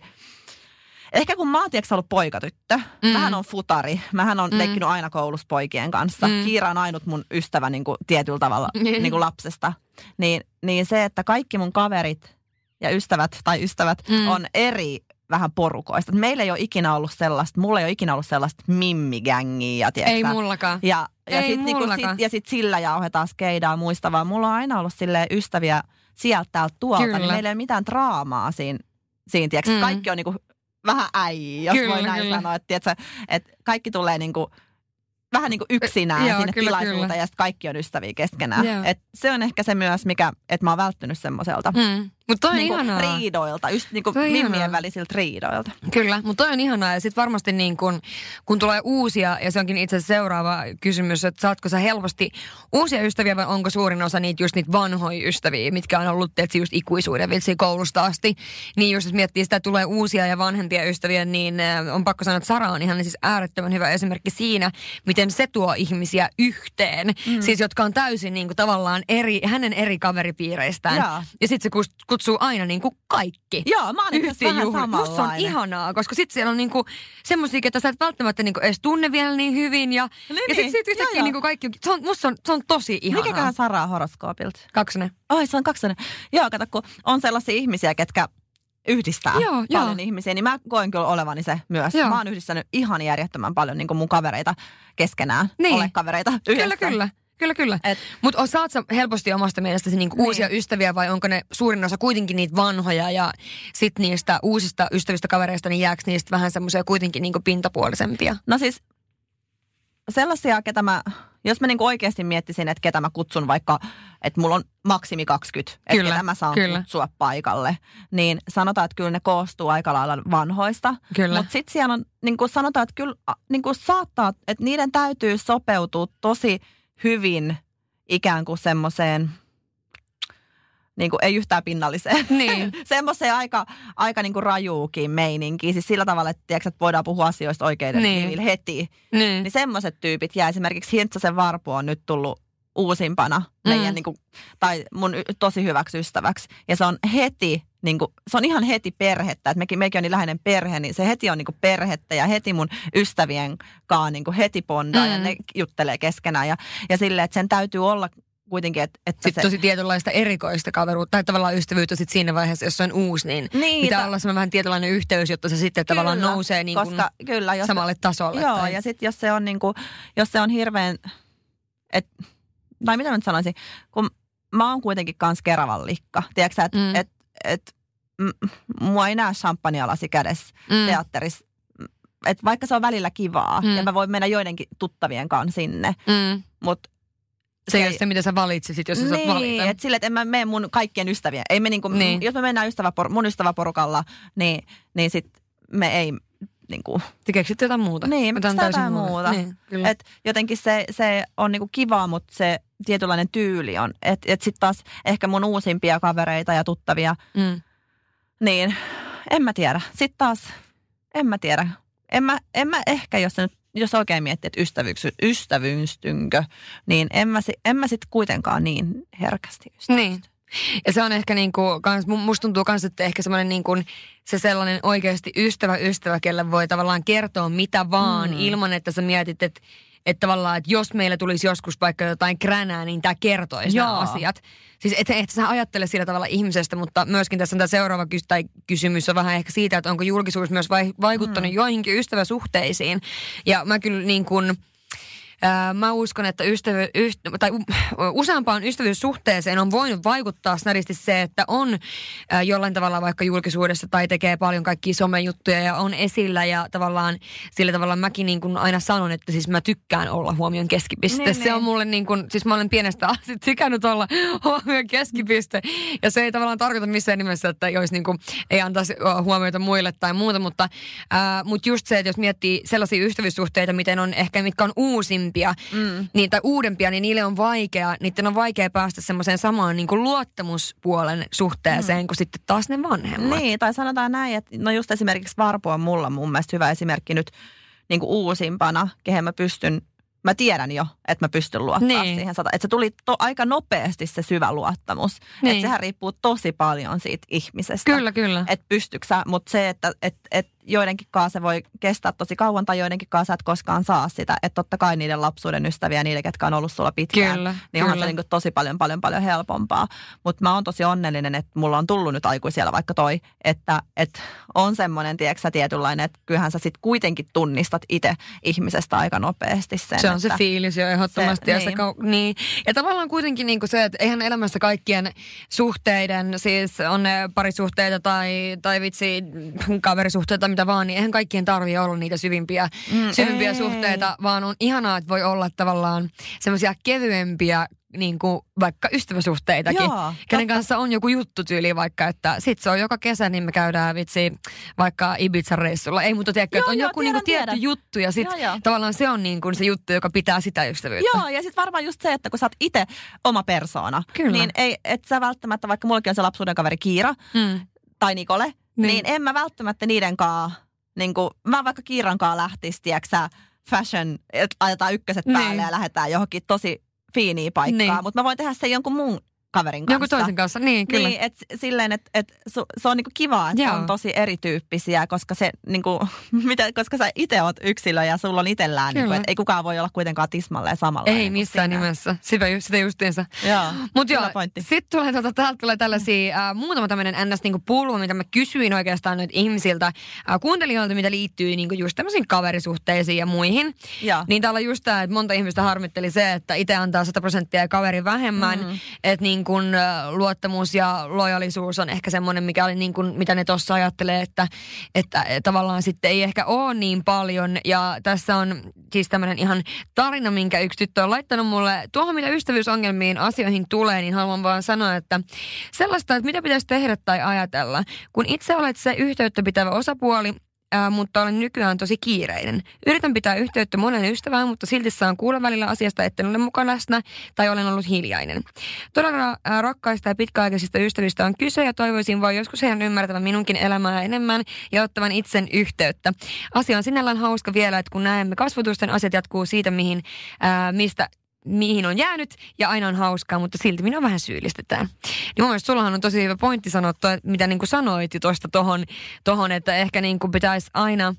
Ehkä kun mä oon, tiedätkö, ollut poikatyttö, Mm. mähän on futari, mähän on Mm. leikkinyt aina koulussa poikien kanssa. Mm. Kiira on ainut mun ystävä niin kuin tietyllä tavalla Niin. niin kuin lapsesta. Niin, niin se, että kaikki mun kaverit ja ystävät tai ystävät Mm. on eri vähän porukoista. Et meillä ei ole ikinä ollut sellaista, mulla ei ole ikinä ollut sellaista mimmigängiä, tiedätkö Ei sä? mullakaan. Ja, ja Ei sitten niinku, mullakaan. sit, ja sit sillä jauhetaan skeidaa muista, vaan mulla on aina ollut silleen ystäviä sieltä täältä tuolta, Kyllä. niin meillä ei ole mitään draamaa siinä, siinä tiedätkö? Mm. Kaikki on niinku vähän äijä, jos Kyllä, voi näin kyllä. sanoa, että, tiedätkö, että kaikki tulee niinku vähän niin kuin yksinään Joo, sinne kyllä, tilaisuuteen kyllä. ja sitten kaikki on ystäviä keskenään. Joo. Et se on ehkä se myös, mikä, että mä oon välttynyt semmoiselta Mm. Mutta toi on niin kuin ihanaa. riidoilta, just niin kuin Toi on mimmien ihanaa. välisiltä riidoilta. Kyllä, mutta toi on ihanaa ja sitten varmasti niin kun, kun tulee uusia, ja se onkin itse asiassa seuraava kysymys, että saatko sä helposti uusia ystäviä vai onko suurin osa niitä just niitä vanhoja ystäviä, mitkä on ollut tietysti just ikuisuuden vitsiä koulusta asti. Niin just jos miettii sitä, että tulee uusia ja vanhempia ystäviä, niin äh, on pakko sanoa, että Sara on ihan siis äärettömän hyvä esimerkki siinä, miten se tuo ihmisiä yhteen. Mm. Siis jotka on täysin niin kuin tavallaan eri, hänen eri kaveripiireistään. Jaa. Ja sitten se kutsuu aina niin kuin kaikki. Joo, mä oon itse asiassa vähän Yhteen juhliin. Musta se on samanlainen. ihanaa, koska sitten siellä on niinku semmoisia, ketä sä et välttämättä niinku edes tunne vielä niin hyvin. Ja, Niin, ja sitten niin. sit yhtäkkiä Joo, joo. niinku kaikki, se on, musta se on, se on tosi ihanaa. Mikäköhän Saraa horoskoopilta? Kaksonen. Oi, se on kaksonen. Joo, kato, kun on sellaisia ihmisiä, ketkä yhdistää Joo, paljon joo. ihmisiä, niin mä koen kyllä olevani se myös. Joo. Mä oon yhdistänyt ihan järjettömän paljon niin kuin mun kavereita keskenään. Niin. Ole kavereita yhdessä. Kyllä, kyllä. Kyllä, kyllä. Et- Mutta saat sä helposti omasta mielestäsi niinku Niin. uusia ystäviä vai onko ne suurin osa kuitenkin niitä vanhoja ja sit niistä uusista ystävistä kavereista, niin jääkö niistä vähän semmoisia kuitenkin niinku pintapuolisempia? No siis sellaisia, ketä mä, jos mä niinku oikeasti miettisin, että ketä mä kutsun vaikka, että mulla on maksimi kaksikymmentä, että ketä mä saan kyllä. kutsua paikalle, niin sanotaan, että kyllä ne koostuu aika lailla vanhoista. Mutta sitten siellä on, niin kuin sanotaan, että kyllä niin kuin saattaa, että niiden täytyy sopeutua tosi hyvin ikään kuin semmoiseen, niin kuin ei yhtään pinnalliseen. Niin. Semmoiseen aika, aika niin kuin rajuukin meininkiin. Siis sillä tavalla, että, tiedätkö, että voidaan puhua asioista oikeiden niin. nimillä heti. Niin, niin semmoiset tyypit jää. Esimerkiksi Hintsasen Varpu on nyt tullut uusimpana mm. meidän, niin kuin, tai mun tosi hyväksi ystäväksi. Ja se on heti, niin kuin, se on ihan heti perhettä. Että mekin, mekin on niin läheinen perhe, niin se heti on niin kuin perhettä ja heti mun ystävien kanssa niin kuin heti pondaa mm. ja ne juttelee keskenään. Ja, ja silleen, että sen täytyy olla kuitenkin, että, että sitten se tosi tietynlaista erikoista kaveruutta tai tavallaan ystävyyttä sitten siinä vaiheessa, jos se on uusi, niin, niin pitää ta- olla semmoinen vähän tietynlainen yhteys, jotta se sitten kyllä, tavallaan nousee niin koska, kuin kyllä, jos samalle tasolle. Joo, tai. Ja sitten jos se on niin kuin, jos se on hirveän, et, tai mitä mä nyt sanoisin, kun mä oon kuitenkin kans Keravan likka, tiedätkö sä, että mm. et, et, m- mua ei näe champagnealasi kädessä mm. teatterissa, että vaikka se on välillä kivaa, mm. ja mä voin mennä joidenkin tuttavien kanssa sinne, mm. mutta se ei ole se, mitä sä valitsisit, jos sä niin, saat valita. Niin, että silleen, että en mä mene mun kaikkien ystäviä. Ei me niinku, niin. Jos me mennään ystäväpor- mun ystäväporukalla, niin, niin sit me ei niinku. Te keksitte jotain muuta. Niin, me keksitte jotain muuta. Niin, et jotenkin se, se on niinku kivaa, mutta se tietynlainen tyyli on. Että et sit taas ehkä mun uusimpia kavereita ja tuttavia, mm. niin en mä tiedä. Sitten taas, en mä tiedä. En mä, en mä ehkä, jos se nyt jos oikein miettii, että ystävyys, ystävyystynkö, niin en mä, en mä sitten kuitenkaan niin herkästi ystävysty. Niin. Ja se on ehkä niin kuin, kans, musta tuntuu kans, että ehkä semmoinen niin kuin se sellainen oikeasti ystävä ystävä, kelle voi tavallaan kertoa mitä vaan mm. ilman, että sä mietit, että että tavallaan, että jos meillä tulisi joskus vaikka jotain kränää, niin tämä kertoisi nämä asiat. Siis et, et sä ajattele sillä tavalla ihmisestä, mutta myöskin tässä on tämä seuraava kys- tai kysymys on vähän ehkä siitä, että onko julkisuus myös vai- vaikuttanut mm. joihinkin ystäväsuhteisiin. Ja mä kyllä niin kuin Äh, mä uskon, että ystävy, yht, tai u, useampaan ystävyyssuhteeseen on voinut vaikuttaa snadisti se, että on äh, jollain tavalla vaikka julkisuudessa tai tekee paljon kaikkia somejuttuja ja on esillä ja tavallaan sillä tavalla mäkin niin kuin aina sanon, että siis mä tykkään olla huomion keskipiste. Niin, se niin. on mulle niin kuin, siis mä olen pienestä asti tykännyt olla huomion keskipiste ja se ei tavallaan tarkoita missään nimessä, että jos niin kuin, ei antaisi huomiota muille tai muuta, mutta, äh, mutta just se, että jos miettii sellaisia ystävyyssuhteita, miten on ehkä, mitkä on uusin Mm. Niin, tai uudempia, niin niille on vaikea, niiden on vaikea päästä semmoiseen samaan niin kuin luottamuspuolen suhteeseen mm. kuin sitten taas ne vanhemmat. Niin, tai sanotaan näin, että no just esimerkiksi Varpu on mulla mun mielestä hyvä esimerkki nyt niin kuin uusimpana, kehen mä pystyn, mä tiedän jo, että mä pystyn luottaa niin. siihen. Että se tuli to, aika nopeasti se syvä luottamus. Niin. Että sehän riippuu tosi paljon siitä ihmisestä. Kyllä, kyllä. Että pystytkö sä, mutta se, että et, et joidenkin kanssa se voi kestää tosi kauan tai joidenkin kanssa et koskaan saa sitä. Että totta kai niiden lapsuuden ystäviä, niiden, ketkä on ollut sulla pitkään, kyllä, niin onhan se niin kuin tosi paljon, paljon, paljon helpompaa. Mutta mä oon tosi onnellinen, että mulla on tullut nyt aikuisella vaikka toi, että et on semmoinen, tiedätkö tietynlainen, että kyllähän sä sit kuitenkin tunnistat itse ihmisestä aika nopeasti sen. Se on se fiilis jo ehdottomasti. Se, ja, niin. Se, kau- niin. ja tavallaan kuitenkin niin kuin se, että eihän elämässä kaikkien suhteiden, siis on ne parisuhteita tai, tai vitsi kaverisuhteita, mitä vaan, niin eihän kaikkien tarvitse olla niitä syvimpiä, mm, syvimpiä ei. suhteita, vaan on ihanaa, että voi olla tavallaan semmoisia kevyempiä niin kuin vaikka ystäväsuhteitakin, joo, kenen totta. Kanssa on joku juttutyyli vaikka, että sit se on joka kesä, niin me käydään vitsi vaikka Ibiza-reissulla. Ei, mutta tiedätkö, että on joo, joku tiedän, niin kuin tietty juttu ja sit joo, tavallaan se on niin kuin se juttu, joka pitää sitä ystävyyttä. Joo, ja sit varmaan just se, että kun sä oot itse oma persoona, kyllä. niin ei, et sä välttämättä, vaikka mullakin on se lapsuuden kaveri Kiira mm. tai Nikole, niin. niin en mä välttämättä niiden kanssa, niin kuin, mä vaikka Kiiran kanssa lähtis, tiedätkö sä, fashion, ajetaan ykköset päälle niin. ja lähdetään johonkin tosi fiiniä paikkaa, niin. mutta mä voin tehdä sen jonkun muun kaverin kanssa. Jonkun toisen kanssa, niin kyllä. Niin, että silleen, että et, se on niinku kiva, että on tosi erityyppisiä, koska se niinku, mitä, koska sä itse oot yksilö ja sulla on itsellään, niinku, että ei kukaan voi olla kuitenkaan tismalleen samalla. Ei missään siinä. Nimessä, sitä, sitä justiinsa. Joo, Mut joo, sitten tulee, tota, täältä tulee tällaisia, äh, muutama tämmöinen ns. Niinku pulma, mitä mä kysyin oikeastaan nyt ihmisiltä, äh, kuuntelijoilta, mitä liittyy niinku just tämmöisiin kaverisuhteisiin ja muihin. Ja. Niin täällä on just tämä, että monta ihmistä harmitteli se, että itse antaa sata prosenttia ja kaveri vähemmän, mm. että niin kun luottamus ja lojalisuus on ehkä semmoinen, mikä oli niin kuin, mitä ne tuossa ajattelee, että, että tavallaan sitten ei ehkä ole niin paljon. Ja tässä on siis tämmöinen ihan tarina, minkä yksi tyttö on laittanut mulle. Tuohon, mitä ystävyysongelmiin asioihin tulee, niin haluan vaan sanoa, että sellaista, että mitä pitäisi tehdä tai ajatella. Kun itse olet se yhteyttä pitävä osapuoli, Ää, mutta olen nykyään tosi kiireinen. Yritän pitää yhteyttä monen ystävään, mutta silti saan kuulla välillä asiasta, etten ole mukana läsnä tai olen ollut hiljainen. Todella ää, rakkaista ja pitkäaikaisista ystävistä on kyse ja toivoisin vaan joskus heidän ymmärtävän minunkin elämää enemmän ja ottavan itsen yhteyttä. Asia on sinällään hauska vielä, että kun näemme kasvatusten asiat jatkuu siitä, mihin, ää, mistä... mihin on jäänyt ja aina on hauskaa, mutta silti minua vähän syyllistetään. Niin mun mielestä sullahan on tosi hyvä pointti sanottu, mitä niin kuin sanoit jo tuosta tohon, tohon, että ehkä niin kuin pitäisi aina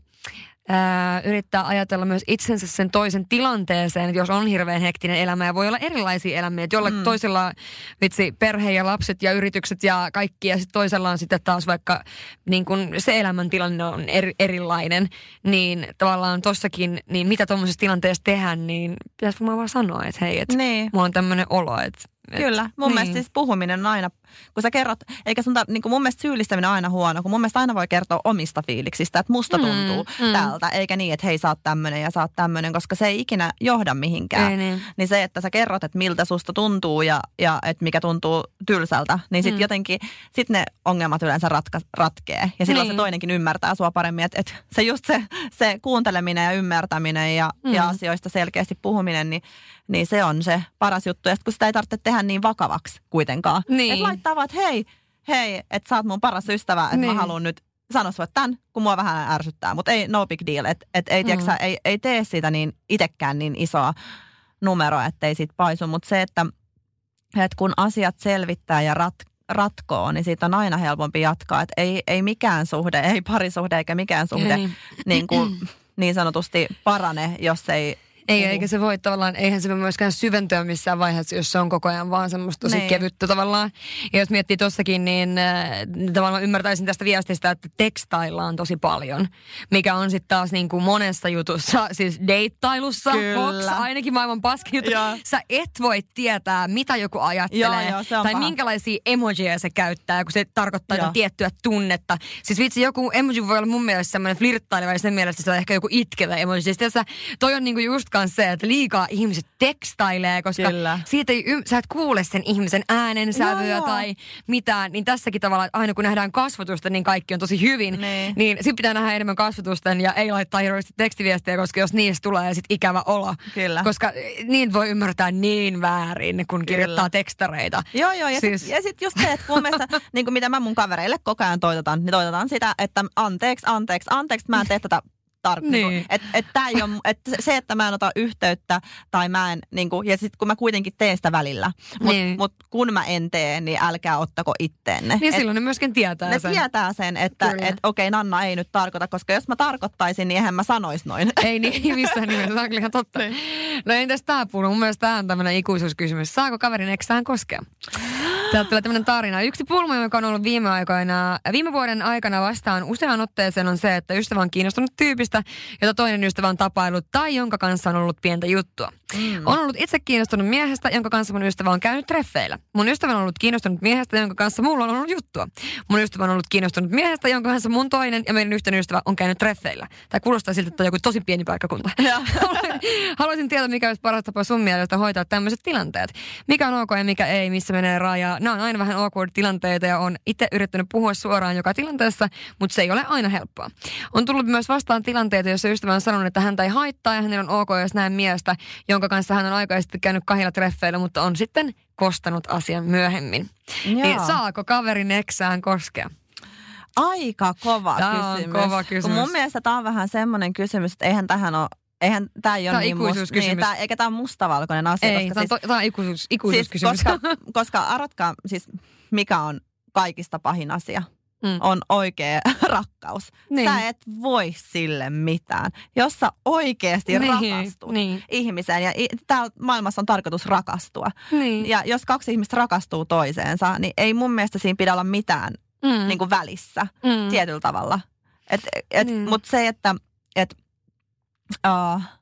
ää, yrittää ajatella myös itsensä sen toisen tilanteeseen, että jos on hirveän hektinen elämä ja voi olla erilaisia elämiä, että jollain mm. toisella vitsi perhe ja lapset ja yritykset ja kaikki ja sitten toisella on sitten taas vaikka niin kun se elämäntilanne on eri, erilainen, niin tavallaan tossakin, niin mitä tuommoisessa tilanteessa tehdään, niin pitäisi vaan sanoa, että hei, että niin. mulla on tämmöinen olo, että Et, Kyllä, mun niin. mielestä siis puhuminen on aina, kun sä kerrot, eikä sun, niin kuin mun mielestä syyllistäminen on aina huono, kun mun mielestä aina voi kertoa omista fiiliksistä, että musta tuntuu mm, mm. tältä, eikä niin, että hei sä oot tämmönen ja sä oot tämmönen, koska se ei ikinä johda mihinkään. Ei, niin. niin se, että sä kerrot, että miltä susta tuntuu ja, ja että mikä tuntuu tylsältä, niin sit mm. jotenkin, sit ne ongelmat yleensä ratka, ratkee. Ja silloin niin. se toinenkin ymmärtää sua paremmin, että, että se just se, se kuunteleminen ja ymmärtäminen ja, mm. ja asioista selkeästi puhuminen, niin Niin se on se paras juttu. Ja kun sitä ei tarvitse tehdä niin vakavaksi kuitenkaan. Niin. Että laittaa vaan, että hei, hei, että sä oot mun paras ystävä, että niin. mä haluan nyt sanoa sulle tämän, kun mua vähän ärsyttää. Mutta ei, no big deal. Että et, ei, mm. tiiäksä, ei, ei tee siitä niin itsekään niin isoa numeroa, ettei siitä paisu. Mutta se, että, että kun asiat selvittää ja rat, ratkoo, niin siitä on aina helpompi jatkaa. Että ei, ei mikään suhde, ei parisuhde eikä mikään suhde niin, niin, kuin, niin sanotusti parane, jos ei... Ei, eikä se voi tavallaan, eihän se voi myöskään syventyä missään vaiheessa, jos se on koko ajan vaan semmoista tosi niin. kevyttä tavallaan. Ja jos miettii tossakin, niin äh, tavallaan ymmärtäisin tästä viestistä, että tekstaillaan tosi paljon. Mikä on sitten taas niin kuin monessa jutussa, siis deittailussa, Fox, ainakin maailman paskin juttu. Sä et voi tietää, mitä joku ajattelee. Joo, joo, tai paha. minkälaisia emojeja se käyttää, kun se tarkoittaa jotain tiettyä tunnetta. Siis vitsi, joku emoji voi olla mun mielestä semmoinen flirttaileva ja sen mielestä se on ehkä joku itkevä emoji. Siis tässä, toi on niinku just se, että liikaa ihmiset tekstailee, koska Kyllä. siitä ei, sä et kuule sen ihmisen äänensävyä joo, tai joo. mitään. Niin tässäkin tavalla, aina kun nähdään kasvatusta, niin kaikki on tosi hyvin. Nee. Niin sit pitää nähdä enemmän kasvatusten ja ei laittaa hirveästi tekstiviestejä, koska jos niistä tulee sit ikävä olo. Kyllä. Koska niin voi ymmärtää niin väärin, kun kirjoittaa Kyllä. tekstareita. Joo, joo. Ja siis... sitten sit just se, että mun mielestä, niin kuin mitä mä mun kavereille koko ajan toitotan, niin toitotan sitä, että anteeksi, anteeksi, anteeksi, mä en tee tätä Tar- niin. niin että et tää ei ole, et se, että mä en ota yhteyttä tai mä en, niin kuin, ja sitten kun mä kuitenkin teen sitä välillä, mutta niin. mut kun mä en tee, niin älkää ottako itteenne. Niin et, silloin ne myöskin tietää ne sen. Ne tietää sen, että et, okei, okay, Nanna ei nyt tarkoita, koska jos mä tarkoittaisin, niin eihän mä sanois noin. Ei niin, missään nimessä, se on kyllä ihan totta. Niin. No entäs tää puhuu? Mun mielestä tää on tämmönen ikuisuuskysymys. Saako kaverin eksään koskea? Täältä tulee tämmöinen tarina. Yksi pulma, joka on ollut viime aikoina, viime vuoden aikana vastaan useaan otteeseen on se, että ystävä on kiinnostunut tyypistä, jota toinen ystävä on tapailut tai jonka kanssa on ollut pientä juttua. Mm. On ollut itse kiinnostunut miehestä, jonka kanssa mun ystävä on käynyt treffeillä. Mun ystävä on ollut kiinnostunut miehestä, jonka kanssa mulla on ollut juttua. Mun ystävä on ollut kiinnostunut miehestä, jonka kanssa mun toinen ja meidän yhteinen ystävä on käynyt treffeillä. Tämä kuulostaa siltä, että on joku tosi pieni paikkakunta. Haluaisin tietää, mikä olisi paras tapa sun mielestä hoitaa tämmöiset tilanteet. Mikä on ok ja mikä ei, missä menee raja. Nämä on aina vähän awkward-tilanteita ja on itse yrittänyt puhua suoraan joka tilanteessa, mutta se ei ole aina helppoa. On tullut myös vastaan tilanteita, joissa ystävä on sanonut, että häntä ei haittaa ja hänellä on ok, jos näen miestä, jonka kanssa hän on aikaisesti käynyt kahdella treffeillä, mutta on sitten kostanut asian myöhemmin. Joo. Niin saako kaverin eksään koskea? Aika kova tämä kysymys. On kova kysymys. Kun mun mielestä tämä on vähän semmoinen kysymys, että eihän tähän ole Eihän tämä ei ole niin musta, niin, tää, eikä tämä ole mustavalkoinen asia. Ei, tämä siis, on ikuisuus, ikuisuuskysymys. Siis, koska, koska arvatkaa, siis mikä on kaikista pahin asia, mm. on oikea rakkaus. Niin. Sä et voi sille mitään. Jos sä oikeasti niin, rakastut niin. ihmiseen, ja täällä maailmassa on tarkoitus rakastua. Niin. Ja jos kaksi ihmistä rakastuu toiseensa, niin ei mun mielestä siinä pidä olla mitään mm. niin kuin välissä mm. tietyllä tavalla. Et, et, mm. Mutta se, että... Et, Uh.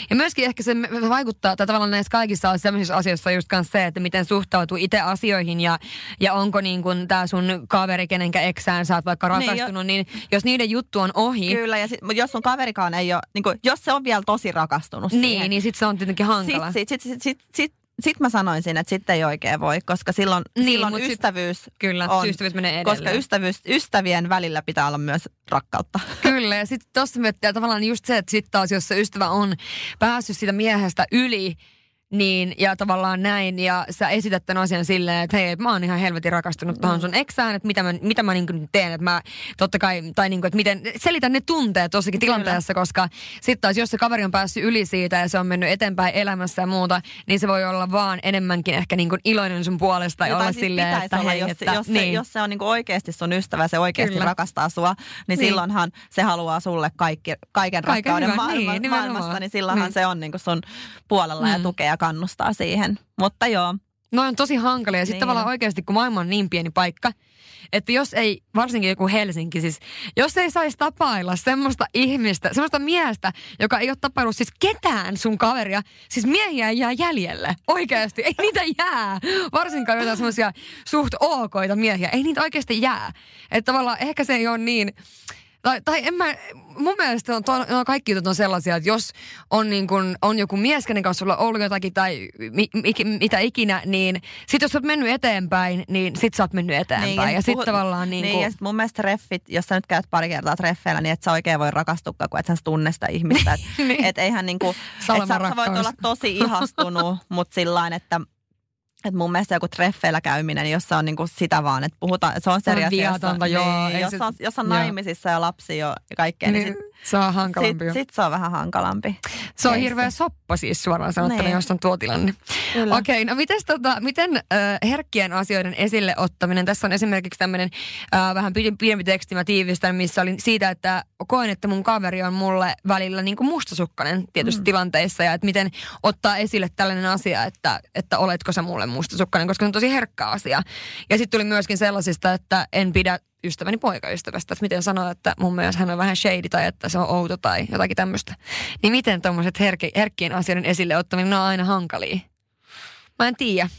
Ja myöskin ehkä se vaikuttaa, tai tavallaan näissä kaikissa sellaisissa asioissa just kanssa se, että miten suhtautuu itse asioihin ja, ja onko niin kuin tämä sun kaveri, kenenkä eksään sä oot vaikka rakastunut, niin, jo, niin jos niiden juttu on ohi. Kyllä, ja sit, mutta jos sun kaverikaan ei ole, niin kuin, jos se on vielä tosi rakastunut niin, siihen. Niin, sitten se on tietenkin hankala. Sitten sit, sit, sit, sit, sit mä sanoisin, että sitten ei oikein voi, koska silloin, niin, silloin ystävyys sit, kyllä, on. Ystävyys menee edelleen. Koska ystävyys, ystävien välillä pitää olla myös rakkautta. Kyllä, ja sitten tuossa miettii tavallaan just se, että sitten taas, jos se ystävä on päässyt siitä miehestä yli, niin, ja tavallaan näin, ja sä esität tämän asian silleen, että hei, mä oon ihan helvetin rakastunut tuohon sun eksään, että mitä mä, mitä mä niin kuin teen, että mä totta kai, tai niin kuin, että miten, selitän ne tunteet tossakin tilanteessa, koska sitten taas, jos se kaveri on päässyt yli siitä, ja se on mennyt eteenpäin elämässä ja muuta, niin se voi olla vaan enemmänkin ehkä niin kuin iloinen sun puolesta, ja olla siis silleen, että olla, hei, jos, että, jos, niin. se, jos se on niin kuin oikeasti sun ystävä, se oikeasti Kyllä. rakastaa sua, niin, niin silloinhan se haluaa sulle kaikki, kaiken, kaiken rakkauden hyvä, maailma, niin, maailmassa, niin silloinhan niin. se on niin kuin sun puolella mm. ja tukea kannustaa siihen. Mutta joo. No on tosi hankalia. Ja sitten niin. tavallaan oikeasti, kun maailma on niin pieni paikka, että jos ei, varsinkin joku Helsinki siis, jos ei saisi tapailla semmoista ihmistä, semmoista miestä, joka ei ole tapaillut siis ketään sun kaveria, siis miehiä ei jää jäljelle. Oikeasti, ei niitä jää. Varsinkaan jotain semmoisia suht okoita miehiä, ei niitä oikeasti jää. Että tavallaan ehkä se ei ole niin... Tai, tai en mä, mun mielestä on, to, no kaikki jutut on sellaisia, että jos on, niin kun, on joku mies, kenen kanssa sulla on ollut jotakin tai mi, mi, mitä ikinä, niin sit jos sä oot mennyt eteenpäin, niin sit sä oot mennyt eteenpäin. Niin, ja, ja sit tavallaan niin, niin kun... ja sit mun mielestä treffit, jos sä nyt käyt pari kertaa treffeillä, niin et sä oikein voi rakastukaan, kun et sä tunne sitä ihmistä. Että niin. et eihän niinku, et sä, sä voit olla tosi ihastunut, mutta sillain, että että mun mielestä joku treffeillä käyminen, jossa on niinku sitä vaan, että puhutaan, että se on eri asia, niin, jos, on, jos on naimisissa ja lapsi jo ja kaikkea, niin, niin sit, se on hankalampi. Sit, sit se on vähän hankalampi. Se on Ei hirveä se. soppa siis suoraan sanottuna, niin. jos on tuo tilanne. Okei, okay, no mites tota, miten äh, herkkien asioiden esille ottaminen? Tässä on esimerkiksi tämmöinen äh, vähän pidempi teksti, mä tiivistän, missä oli siitä, että koen, että mun kaveri on mulle välillä niin kuin mustasukkainen tietysti mm. tilanteissa ja että miten ottaa esille tällainen asia, että, että oletko sä mulle mustasukkainen, koska se on tosi herkkä asia. Ja sitten tuli myöskin sellaisista, että en pidä ystäväni poikaystävästä, että miten sanoa, että mun mielestä hän on vähän shady tai että se on outo tai jotakin tämmöistä. Niin miten tommoset herk- herkkien asioiden esille ottaminen, ne on aina hankalia. Mä en tiedä.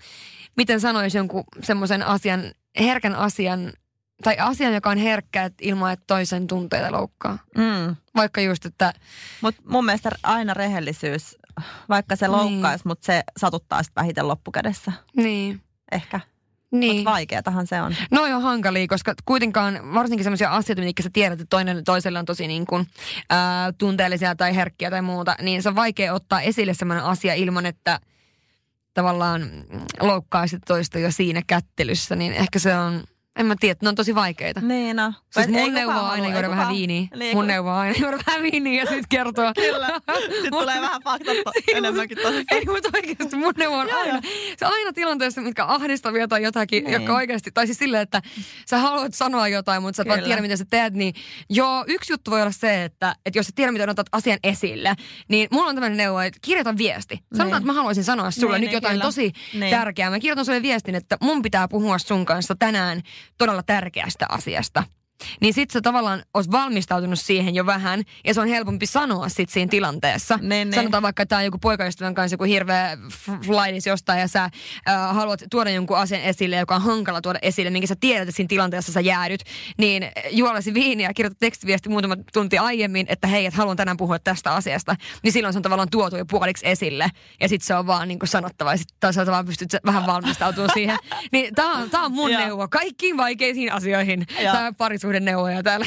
Miten sanoisi jonkun semmoisen asian, herkän asian, tai asian, joka on herkkä että ilman, että toisen tunteita loukkaa. Mm. Vaikka just, että... Mut mun mielestä aina rehellisyys, vaikka se loukkaisi, niin. mutta se satuttaa sitten vähiten loppukädessä. Niin. Ehkä. Niin. Mutta vaikeatahan se on. No joo, hankalia, koska kuitenkaan varsinkin sellaisia asioita, mitkä sä tiedät, että toinen toiselle on tosi niin kuin, ää, tunteellisia tai herkkiä tai muuta, niin se on vaikea ottaa esille sellainen asia ilman, että tavallaan loukkaisit toista jo siinä kättelyssä, niin ehkä se on... En mä tiedä, ne on tosi vaikeita. Niin no. Siis mun neuvo on aina juoda vähän viiniä. Niin, mun neuvo on aina juoda vähän viiniä ja sit kertoo. Kyllä. Sitten mun... tulee vähän faktat enemmänkin tosissaan. Ei, mutta oikeasti mun neuvo on aina. Se aina tilanteessa, mitkä ahdistavia tai jotakin, niin. jotka oikeasti, tai siis silleen, että sä haluat sanoa jotain, mutta sä et vaan tiedä, miten sä teet, niin joo, yksi juttu voi olla se, että, että jos sä tiedät, miten otat asian esille, niin mulla on tämmöinen neuvo, että kirjoita viesti. Sanotaan, niin. että mä haluaisin sanoa sulle niin, nyt jotain kyllä. tosi niin. tärkeää. Mä kirjoitan sulle viestin, että mun pitää puhua sun kanssa tänään todella tärkeästä asiasta. Niin sit sä tavallaan oot valmistautunut siihen jo vähän, ja se on helpompi sanoa sit siinä tilanteessa. Ne, ne. Sanotaan vaikka, että tää on joku poikaystävän kanssa joku hirveä flightis jostain, ja sä äh, haluat tuoda jonkun asian esille, joka on hankala tuoda esille, minkä sä tiedät, että siinä tilanteessa sä jäädyt, niin juolasi viiniä ja kirjoitat tekstiviesti muutama tunti aiemmin, että hei, että haluan tänään puhua tästä asiasta, niin silloin se on tavallaan tuotu jo puoliksi esille, ja sit se on vaan niin kuin sanottava, ja sit taas sä vaan pystyt vähän valmistautumaan siihen. Niin tää on, tää on mun neuvo kaikkiin vaikeisiin asioihin. Tää parisuuden neuvoja täällä.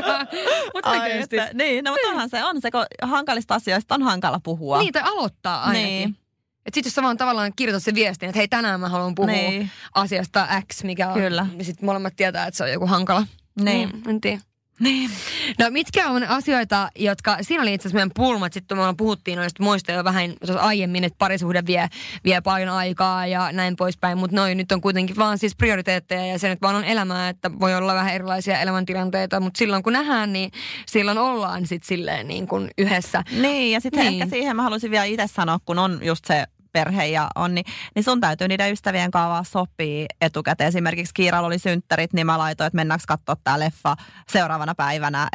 Mutta oikeesti. Niin, no mutta onhan se on se, kun hankalista asioista on hankala puhua. Niin, tai aloittaa ainakin. Niin. Että sit jos sä vaan tavallaan kirjoitat sen viestin, että hei, tänään mä haluan puhua niin. asiasta X, mikä on. Kyllä. Niin sit molemmat tietää, että se on joku hankala. Niin. Mm, en tiedä. Niin. No mitkä on asioita, jotka, siinä oli itse asiassa meidän pulmat, sitten me puhuttiin noista muista jo vähän aiemmin, että parisuhde vie, vie paljon aikaa ja näin poispäin, mutta noi nyt on kuitenkin vaan siis prioriteetteja ja se nyt vaan on elämää, että voi olla vähän erilaisia elämäntilanteita, mutta silloin kun nähdään, niin silloin ollaan sitten silleen niin kuin yhdessä. Niin ja sitten niin. ehkä siihen mä haluaisin vielä itse sanoa, kun on just se perhe ja on, niin, niin sun täytyy niiden ystävien kanssa vaan sopii etukäteen. Esimerkiksi Kiiralla oli synttärit, niin mä laitoin, että mennäänkö katsoa tää leffa seuraavana päivänä, että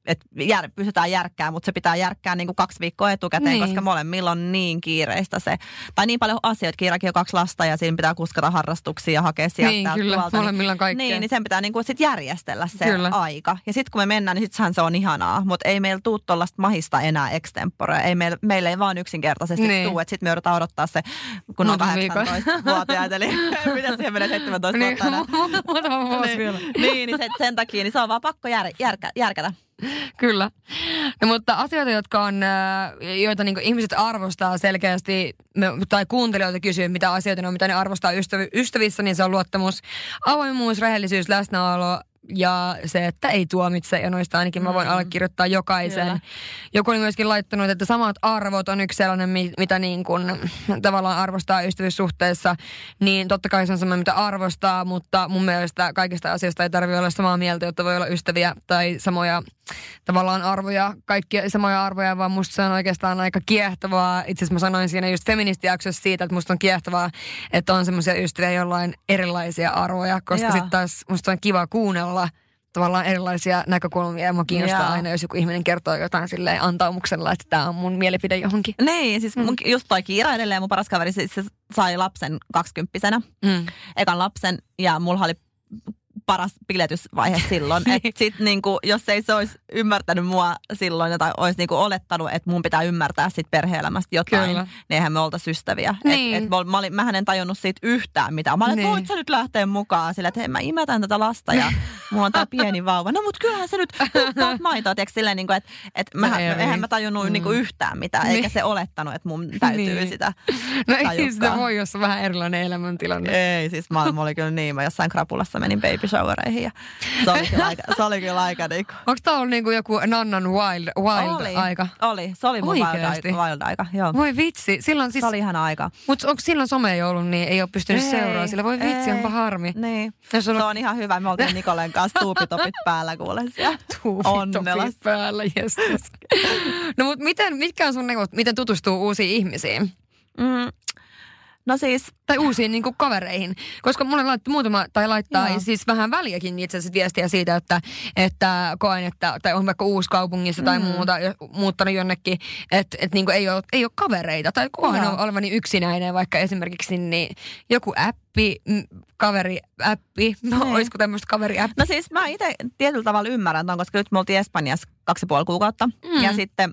että jär, pystytään järkkää, mutta se pitää järkkää niin kuin kaksi viikkoa etukäteen, niin. koska molemmilla on niin kiireistä se, tai niin paljon asioita, Kiirakin on kaksi lasta ja siinä pitää kuskata harrastuksia ja hakea sieltä niin, kyllä, tuolta. molemmilla on kaikkea. Niin, niin sen pitää niin kuin sit järjestellä se kyllä. aika. Ja sitten kun me mennään, niin sittenhän se on ihanaa, mutta ei meillä tule tuollaista mahista enää extemporea. Ei meillä, meillä ei vaan yksinkertaisesti niin. tule, että sitten me joudutaan odottaa se, kun on kahdeksantoista-vuotiaat, eli mitä siihen menee seitsemäntoista niin, vuotta. Muutama vuosi niin, vielä. niin, niin sen, sen takia niin se on vaan pakko jär, järkä, järkätä. Kyllä. No, mutta asioita, jotka on, joita niin ihmiset arvostaa selkeästi, tai kuuntelijoita kysyy, mitä asioita ne on, mitä ne arvostaa ystäv- ystävissä, niin se on luottamus, avoimuus, rehellisyys, läsnäolo ja se, että ei tuomitse, ja noista ainakin mä voin allekirjoittaa jokaisen. Kyllä. Joku on myöskin laittanut, että samat arvot on yksi sellainen, mitä niin kuin tavallaan arvostaa ystävyyssuhteessa, niin totta kai se on semmoinen, mitä arvostaa, mutta mun mielestä kaikista asioista ei tarvitse olla samaa mieltä, jotta voi olla ystäviä tai samoja tavallaan arvoja, kaikkia samoja arvoja, vaan musta se on oikeastaan aika kiehtovaa. Itse asiassa mä sanoin siinä just feministijaksossa siitä, että musta on kiehtovaa, että on semmoisia ystäviä, joilla on erilaisia arvoja, koska sitten taas musta on kiva kuunnella tavallaan erilaisia näkökulmia ja mua kiinnostaa Jaa. aina, jos joku ihminen kertoo jotain silleen antaumuksella, että tämä on mun mielipide johonkin. Niin, siis mun, just toi Kiira edelleen, mun paras kaveri, siis se sai lapsen kaksikymppisenä, mm. ekan lapsen, ja mulla oli paras piletysvaihe silloin. Että sit niinku, jos ei se olisi ymmärtänyt mua silloin tai olisi niinku olettanut, että mun pitää ymmärtää sit perhe-elämästä jotain, Kyllä. niin eihän me oltaisi ystäviä. Niin. Et, et mä, olin, mähän en tajunnut siitä yhtään mitään. Mä olin, että niin. voit sä nyt lähteä mukaan sillä, että hei, mä imetän tätä lasta ja mulla on tää pieni vauva. No mut kyllähän se nyt tuot maitoa, tiiäks silleen, niinku, että et mähän, eihän mä tajunnut mm. niinku yhtään mitään, eikä niin. se olettanut, että mun täytyy niin. sitä No ei sitä voi, jos on vähän erilainen elämäntilanne. Ei, siis mä, mä olin kyllä niin, mä jossain krapulassa menin baby showereihin ja se oli kyllä aika, se oli kyllä aika niinku. Onko tää ollut niinku joku Nannan wild, wild oli, aika? Oli, se oli mun wild aika, wild aika, joo. Voi vitsi, silloin siis. Se oli ihana aika. Mutta onko silloin some ei ollut, niin ei ole pystynyt seuraamaan sillä. Voi vitsi, ei, onpa harmi. Niin, on... se on ihan hyvä. Me oltiin Nikolen kanssa tuupitopit päällä kuulen siellä. Tuupitopit päällä, jesses. No mut miten, mitkä on sun neuvot, miten tutustuu uusiin ihmisiin? Mm. No siis. Tai uusiin niin kuin kavereihin. Koska mulle laittaa muutama, tai laittaa Joo. siis vähän väliäkin itse asiassa viestiä siitä, että, että koen, että, tai on vaikka uusi kaupungissa tai mm. muuta, muuttanut jonnekin, että, että niin kuin ei, ole, ei ole kavereita. Tai koen on olevani yksinäinen, vaikka esimerkiksi niin joku appi, kaveriäppi. No, olisiko tämmöistä kaveriäppi? No siis mä itse tietyllä tavalla ymmärrän ton, koska nyt me oltiin Espanjassa kaksi ja puoli kuukautta. Mm. Ja sitten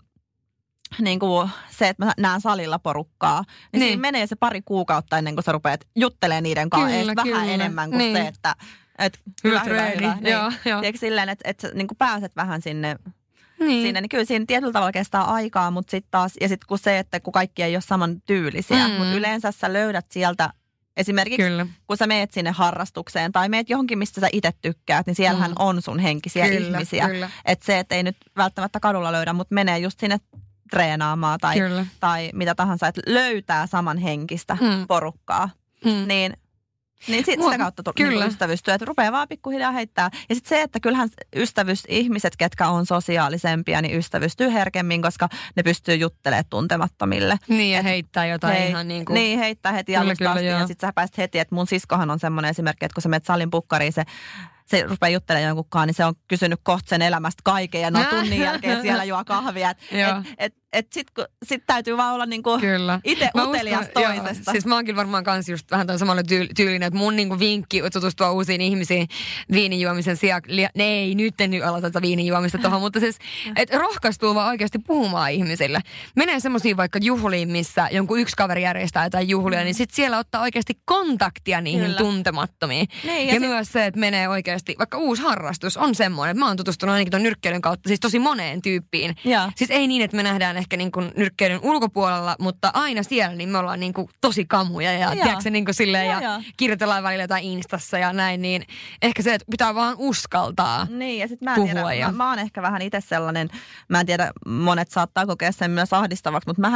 niin kuin se, että mä näen salilla porukkaa, niin, niin siinä menee se pari kuukautta ennen kuin sä rupeat juttelemaan niiden kanssa edes vähän enemmän kuin niin. se, että et, hyvä, hyvä, hyvä, hyvä. Niin. Joo, joo. Tiedätkö silleen, että, että niin kuin pääset vähän sinne, niin. sinne, niin kyllä siinä tietyllä tavalla kestää aikaa, mutta sitten taas, ja sitten kun se, että kun kaikki ei ole saman tyylisiä, mm. mutta yleensä sä löydät sieltä, esimerkiksi kyllä. kun sä meet sinne harrastukseen tai meet johonkin, mistä sä itse tykkäät, niin siellähän mm. on sun henkisiä kyllä, ihmisiä. Että se, että ei nyt välttämättä kadulla löydä, mutta menee just sinne treenaamaan tai, tai mitä tahansa, että löytää samanhenkistä mm. porukkaa, mm. niin, niin sit, sitä kautta niin ystävystyy, että rupeaa vaan pikkuhiljaa heittää. Ja sitten se, että kyllähän ystävyysihmiset, ketkä on sosiaalisempia, niin ystävystyy herkemmin, koska ne pystyy juttelemaan tuntemattomille. Niin, ja et, heittää jotain hei, ihan niin kuin. Niin, heittää heti alusta asti, ja sitten sä pääset heti, että mun siskohan on semmoinen esimerkki, että kun sä menet salin pukkariin, se se rupeaa juttelemaan jonkunkaan, niin se on kysynyt kohta sen elämästä kaiken ja no tunnin jälkeen siellä juo kahvia. Että et, et, et sitten sit täytyy vaan olla niinku itse utelias toisesta. Siis mä oon kyllä varmaan kans just vähän tämän samalla tyylinen, että mun niinku vinkki tutustua uusiin ihmisiin viinijuomisen sijaan, ne ei nyt en nyt aloita tätä viinijuomista tuohon, mutta siis että rohkaistuu vaan oikeasti puhumaan ihmisille. Menee semmoisiin vaikka juhliin, missä jonkun yksi kaveri järjestää jotain juhlia, mm. niin sitten siellä ottaa oikeasti kontaktia niihin kyllä. tuntemattomiin. Niin, ja ja sit... myös se, että menee oikeasti, vaikka uusi harrastus on semmoinen, että mä oon tutustunut ainakin ton nyrkkeilyn kautta siis tosi moneen tyyppiin. Ja. Siis ei niin, että me nähdään ehkä niin kuin nyrkkeilyn ulkopuolella, mutta aina siellä niin me ollaan niin kuin tosi kamuja ja, ja. tiedätkö niin kuin silleen ja, ja kirjoitellaan välillä jotain Instassa ja näin, niin ehkä se, että pitää vaan uskaltaa niin, ja sit mä en tiedä, ja... mä, mä oon ehkä vähän itse sellainen, mä en tiedä, monet saattaa kokea sen myös ahdistavaksi, mutta mähän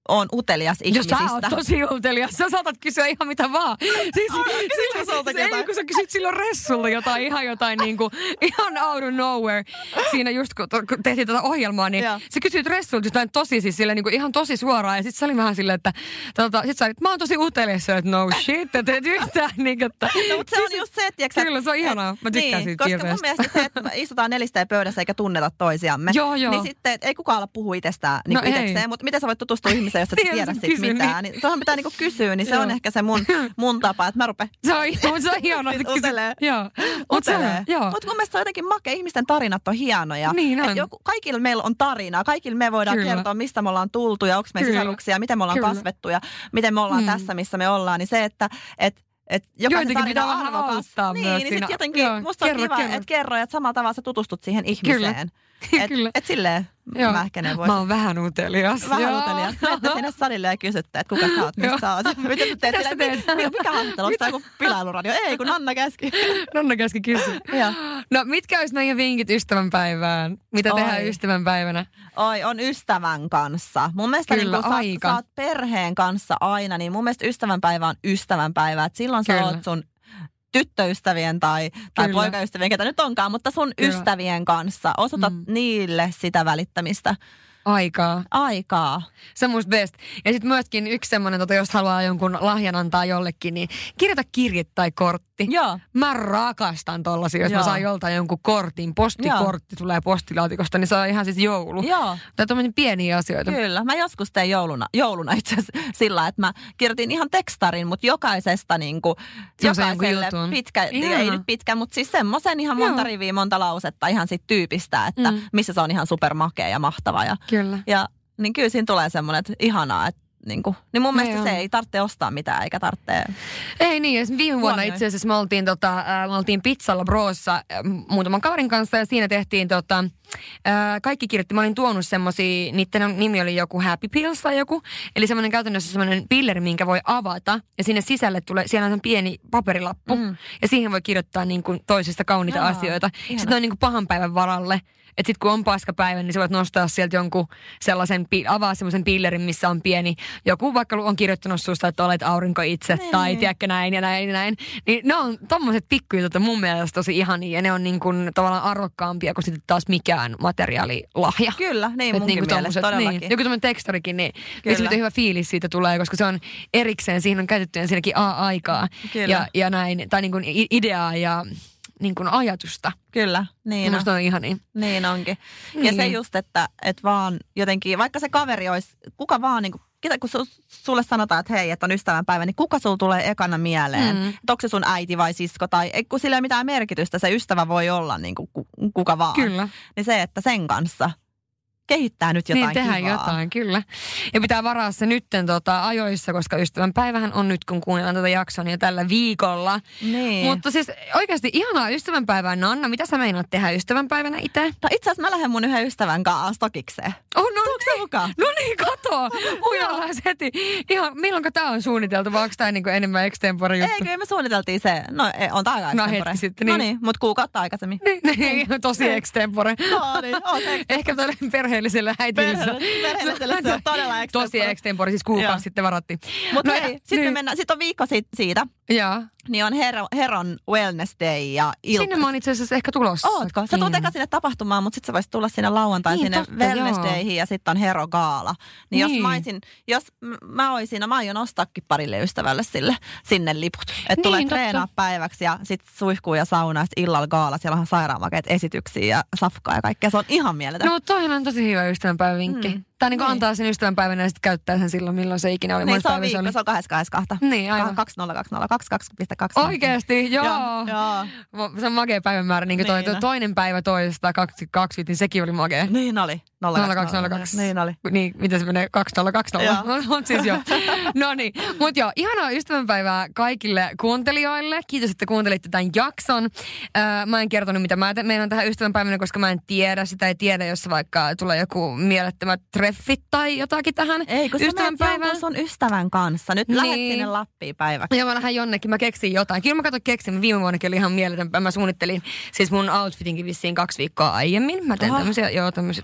on utelias ihmisistä. Jos sä oot tosi utelias, sä saatat kysyä ihan mitä vaan. Siis, Kysytkö sultakin jotain? Kun sä kysyt silloin Ressulta jotain, ihan jotain niinku, ihan out of nowhere. Siinä just kun, kun tehtiin tätä ohjelmaa, niin ja. Sä kysyit Ressulta jotain tosi siis silleen niinku ihan tosi suoraan. Ja sit se oli vähän silleen, että tota, sit sä olit, mä oon tosi utelias, että no shit, et teet yhtään niinku, että. No, mutta se on just se, että kyllä, se on ihanaa. Mä tykkään niin, siitä koska mun mielestä se, että istutaan nelisteen pöydässä eikä tunneta toisiamme. Joo, joo. Niin sitten, että ei kukaan ala puhua itsestään niin no itsekseen, mutta miten sä voit tutustua ihmiseen, jos et tiedä siitä mitään. Niin, tuohon pitää niinku kysyä, niin se on ehkä se mun, mun tapa, että mä rupean. Se on, se on hienoa. Sitten utelee. Joo. Utelee. Mutta mun mielestä se on jotenkin makea. Ihmisten tarinat on hienoja. Niin on. Joku, kaikilla meillä on tarinaa. Kaikilla me voidaan Kyllä. kertoa, mistä me ollaan tultu ja onko me sisaruksia, miten me ollaan Kyllä. kasvettu ja miten me ollaan mm. tässä, missä me ollaan. Niin se, että et, et jokainen tarina on arvokas. Niin, niin sitten jotenkin joo, musta kerro, on kiva, että kerro, että samalla tavalla sä tutustut siihen ihmiseen. Että et silleen joo. mä ehkä ne vois. Mä oon vähän utelias. Vähän joo. utelias. Menette sinne salille ja kysytte, että kuka sä oot, mistä sä oot. Miten sä teet sillä, teet? Mikä haastattelu? Onko tää joku pilailuradio? Ei, kun Nanna käski. Nanna käski kysyä. No mitkä olisi meidän vinkit ystävänpäivään? Mitä Oi. tehdään ystävänpäivänä? Oi, on ystävän kanssa. Mun mielestä Kyllä, niin kun sä, sä oot perheen kanssa aina, niin mun mielestä ystävänpäivä on ystävänpäivä. Et silloin Kyllä. sä oot sun tyttöystävien tai, tai poikaystävien, ketä nyt onkaan, mutta sun Kyllä. ystävien kanssa. Osoitat mm. niille sitä välittämistä. Aikaa. Aikaa. Se on musta best. Ja sitten myöskin yksi semmoinen, tota, jos haluaa jonkun lahjan antaa jollekin, niin kirjoita kirje tai kortti. Joo. Mä rakastan tollasia, jos Joo. mä saan joltain jonkun kortin. Postikortti Joo. tulee postilaatikosta, niin se on ihan siis joulu. Joo. Tai tommoinen pieniä asioita. Kyllä. Mä joskus tein jouluna, jouluna itse asiassa sillä, että mä kirjoitin ihan tekstarin, mutta jokaisesta niinku, jokaiselle pitkä, Ihana. ei nyt pitkä, mutta siis semmoisen ihan monta Joo. riviä, monta lausetta ihan sit tyypistä, että mm. missä se on ihan supermakea ja mahtava. Ja, Kyllä. Ja niin kyllä siinä tulee semmoinen, että ihanaa, että niin, kuin, niin mun mielestä se ei tarvitse ostaa mitään, eikä tarvitse. Ei niin, viime vuonna itse asiassa me oltiin, tota, äh, me oltiin pizzalla Broossa äh, muutaman kaverin kanssa ja siinä tehtiin tota, äh, kaikki kirjoitti, mä olin tuonut semmosia, niiden nimi oli joku Happy Pills tai joku, eli semmoinen käytännössä semmoinen pilleri, minkä voi avata ja sinne sisälle tulee, siellä on pieni paperilappu mm. ja siihen voi kirjoittaa niin kuin toisista kauniita Jaa, asioita. Ihana. Sitten on niin kuin pahan päivän varalle. Että sit kun on paskapäivä, niin sä voit nostaa sieltä jonkun sellaisen, avaa semmoisen pillerin, missä on pieni, joku vaikka on kirjoittanut susta, että olet aurinko itse, nee. tai tiedätkö näin ja näin ja näin. Niin ne on tommoset pikkujutut muun mielestä tosi ihania ja ne on niin kuin tavallaan arvokkaampia kuin sitten taas mikään materiaalilahja. Kyllä, niin munkin niin mielestä todellakin. Niin, joku tommoinen tekstarikin, niin miten hyvä fiilis siitä tulee, koska se on erikseen, siinä on käytetty siinäkin a-aikaa ja, ja näin, tai niin kuin ideaa ja niin kuin ajatusta. Kyllä, niin Minusta on ihania. Niin onkin. Niin. Ja se just, että, että vaan jotenkin, vaikka se kaveri olisi, kuka vaan, niin kuin, kun su, sulle sanotaan, että hei, että on ystävänpäivä, niin kuka sulla tulee ekana mieleen? Mm. Että onko se sun äiti vai sisko? Tai kun sillä ei ole mitään merkitystä, se ystävä voi olla niin kuin kuka vaan. Kyllä. Niin se, että sen kanssa kehittää nyt jotain niin, tehdään kivaa. jotain, kyllä. Ja pitää varaa se nytten tota, ajoissa, koska ystävänpäivähän on nyt, kun kuunnellaan tätä jaksoa, niin tällä viikolla. Niin. Mutta siis oikeasti ihanaa ystävänpäivää. Nanna, mitä sä meinaat tehdä ystävänpäivänä itse? No itse asiassa mä lähden mun yhden ystävän kanssa stokikseen. Oh, no Tuutko niin. mukaan? No niin, kato. Mujallaan heti. Ihan, milloinko tää on suunniteltu, vai onko tää niinku enemmän extempore juttu? Eikö, me suunniteltiin se. No ei, on tää aika extempore. No hetki sitten. Niin. No niin, mutta kuukautta aikaisemmin. Niin, niin tosi extempore. No niin, on se. Ehkä tällainen perheelliselle äitilliselle. Perheelliselle se on todella extempore. Tosi extempore, siis kuukausi sitten varattiin. Mutta no, sitten niin. me mennään, sitten on viikko siitä, siitä Jaa. niin on Hero, Heron Wellness Day ja ilta. Sinne mä oon itse asiassa ehkä tulossa. Ootko? Sä tulet eka sinne tapahtumaan, mutta sitten sä voisit tulla sinne lauantai niin, sinne totta, Wellness joo. Dayhin ja sitten on Hero Gaala. Niin, niin. jos mä olisin, jos mä olisin, no mä aion ostaakin parille ystävälle sille, sinne liput. Että niin, tulee treenaa päiväksi ja sitten suihkuu ja sauna ja sitten illalla gaala. Siellä on sairaanmakeet esityksiä ja safkaa ja kaikkea. Se on ihan mieletön. No toihan on tosi hyvä ystävänpäivän vinkki. Mm. Tai niin kuin antaa sen ystävänpäivänä ja sitten käyttää sen silloin, milloin se ikinä oli. Niin, se on viikko, se on kahdeskymmeneskaksi. Niin, aivan. kaksituhattakaksikymmentä kaksikymmentä kaksi. Oikeesti, joo. joo. joo. Se on makea päivämäärä, niin kuin toi, niin. toinen päivä toisesta kaksikymmentäkaksi, niin sekin oli makea. Niin oli. nolla kaksi nolla kaksi. Niin oli. Niin, miten se menee? kaksi nolla kaksi nolla. On siis joo. No niin, mutta joo, ihanaa ystävänpäivää kaikille kuuntelijoille. Kiitos, että kuuntelitte tämän jakson. Äh, mä en kertonut, mitä mä meinaan tähän ystävänpäivänä, koska mä en tiedä. Sitä ei tiedä, jos vaikka tulee joku mielettömät treffit tai jotakin tähän ei, kun ystävänpäivään. Sun ystävän kanssa. Nyt niin. Lähet sinne Lappiin päiväksi. Joo, mä lähden jonnekin. Mä keksin jotain. Kyllä mä katsoin keksin. Viime vuonnakin oli ihan mieletön. Mä suunnittelin siis mun outfitinkin vissiin kaksi viikkoa aiemmin. Mä tein tämmöisiä, joo, tämmöisiä, joo,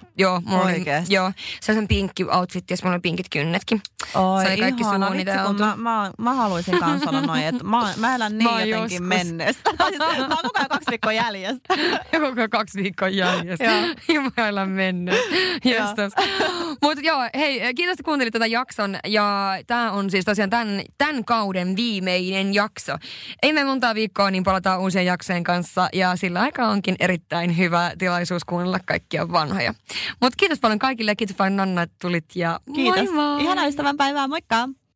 Oikeesti? Joo. Se on sen pinkki outfit ja mulla oli pinkit kynnetkin. Oi, se oli kaikki ihana. suunniteltu. Vitsi, mä, mä, mä haluaisin kanssa olla noin, että mä, mä elän niin mä jotenkin joskus. mennessä. Mä oon koko ajan kaksi viikkoa jäljessä. Koko ajan kaksi viikkoa jäljessä. Ja mä elän mennessä. Mutta joo, hei, kiitos, että kuuntelit tätä jakson. Ja tää on siis tosiaan tämän, tämän kauden viimeinen jakso. Ei mene montaa viikkoa, niin palataan uusien jaksojen kanssa. Ja sillä aikaa onkin erittäin hyvä tilaisuus kuunnella kaikkia vanhoja. Mutta kiitos paljon kaikille ja kiitos paljon Nanna, että tulit. Ja kiitos. Moi moi! Ihanaa ystävänpäivää, moikka!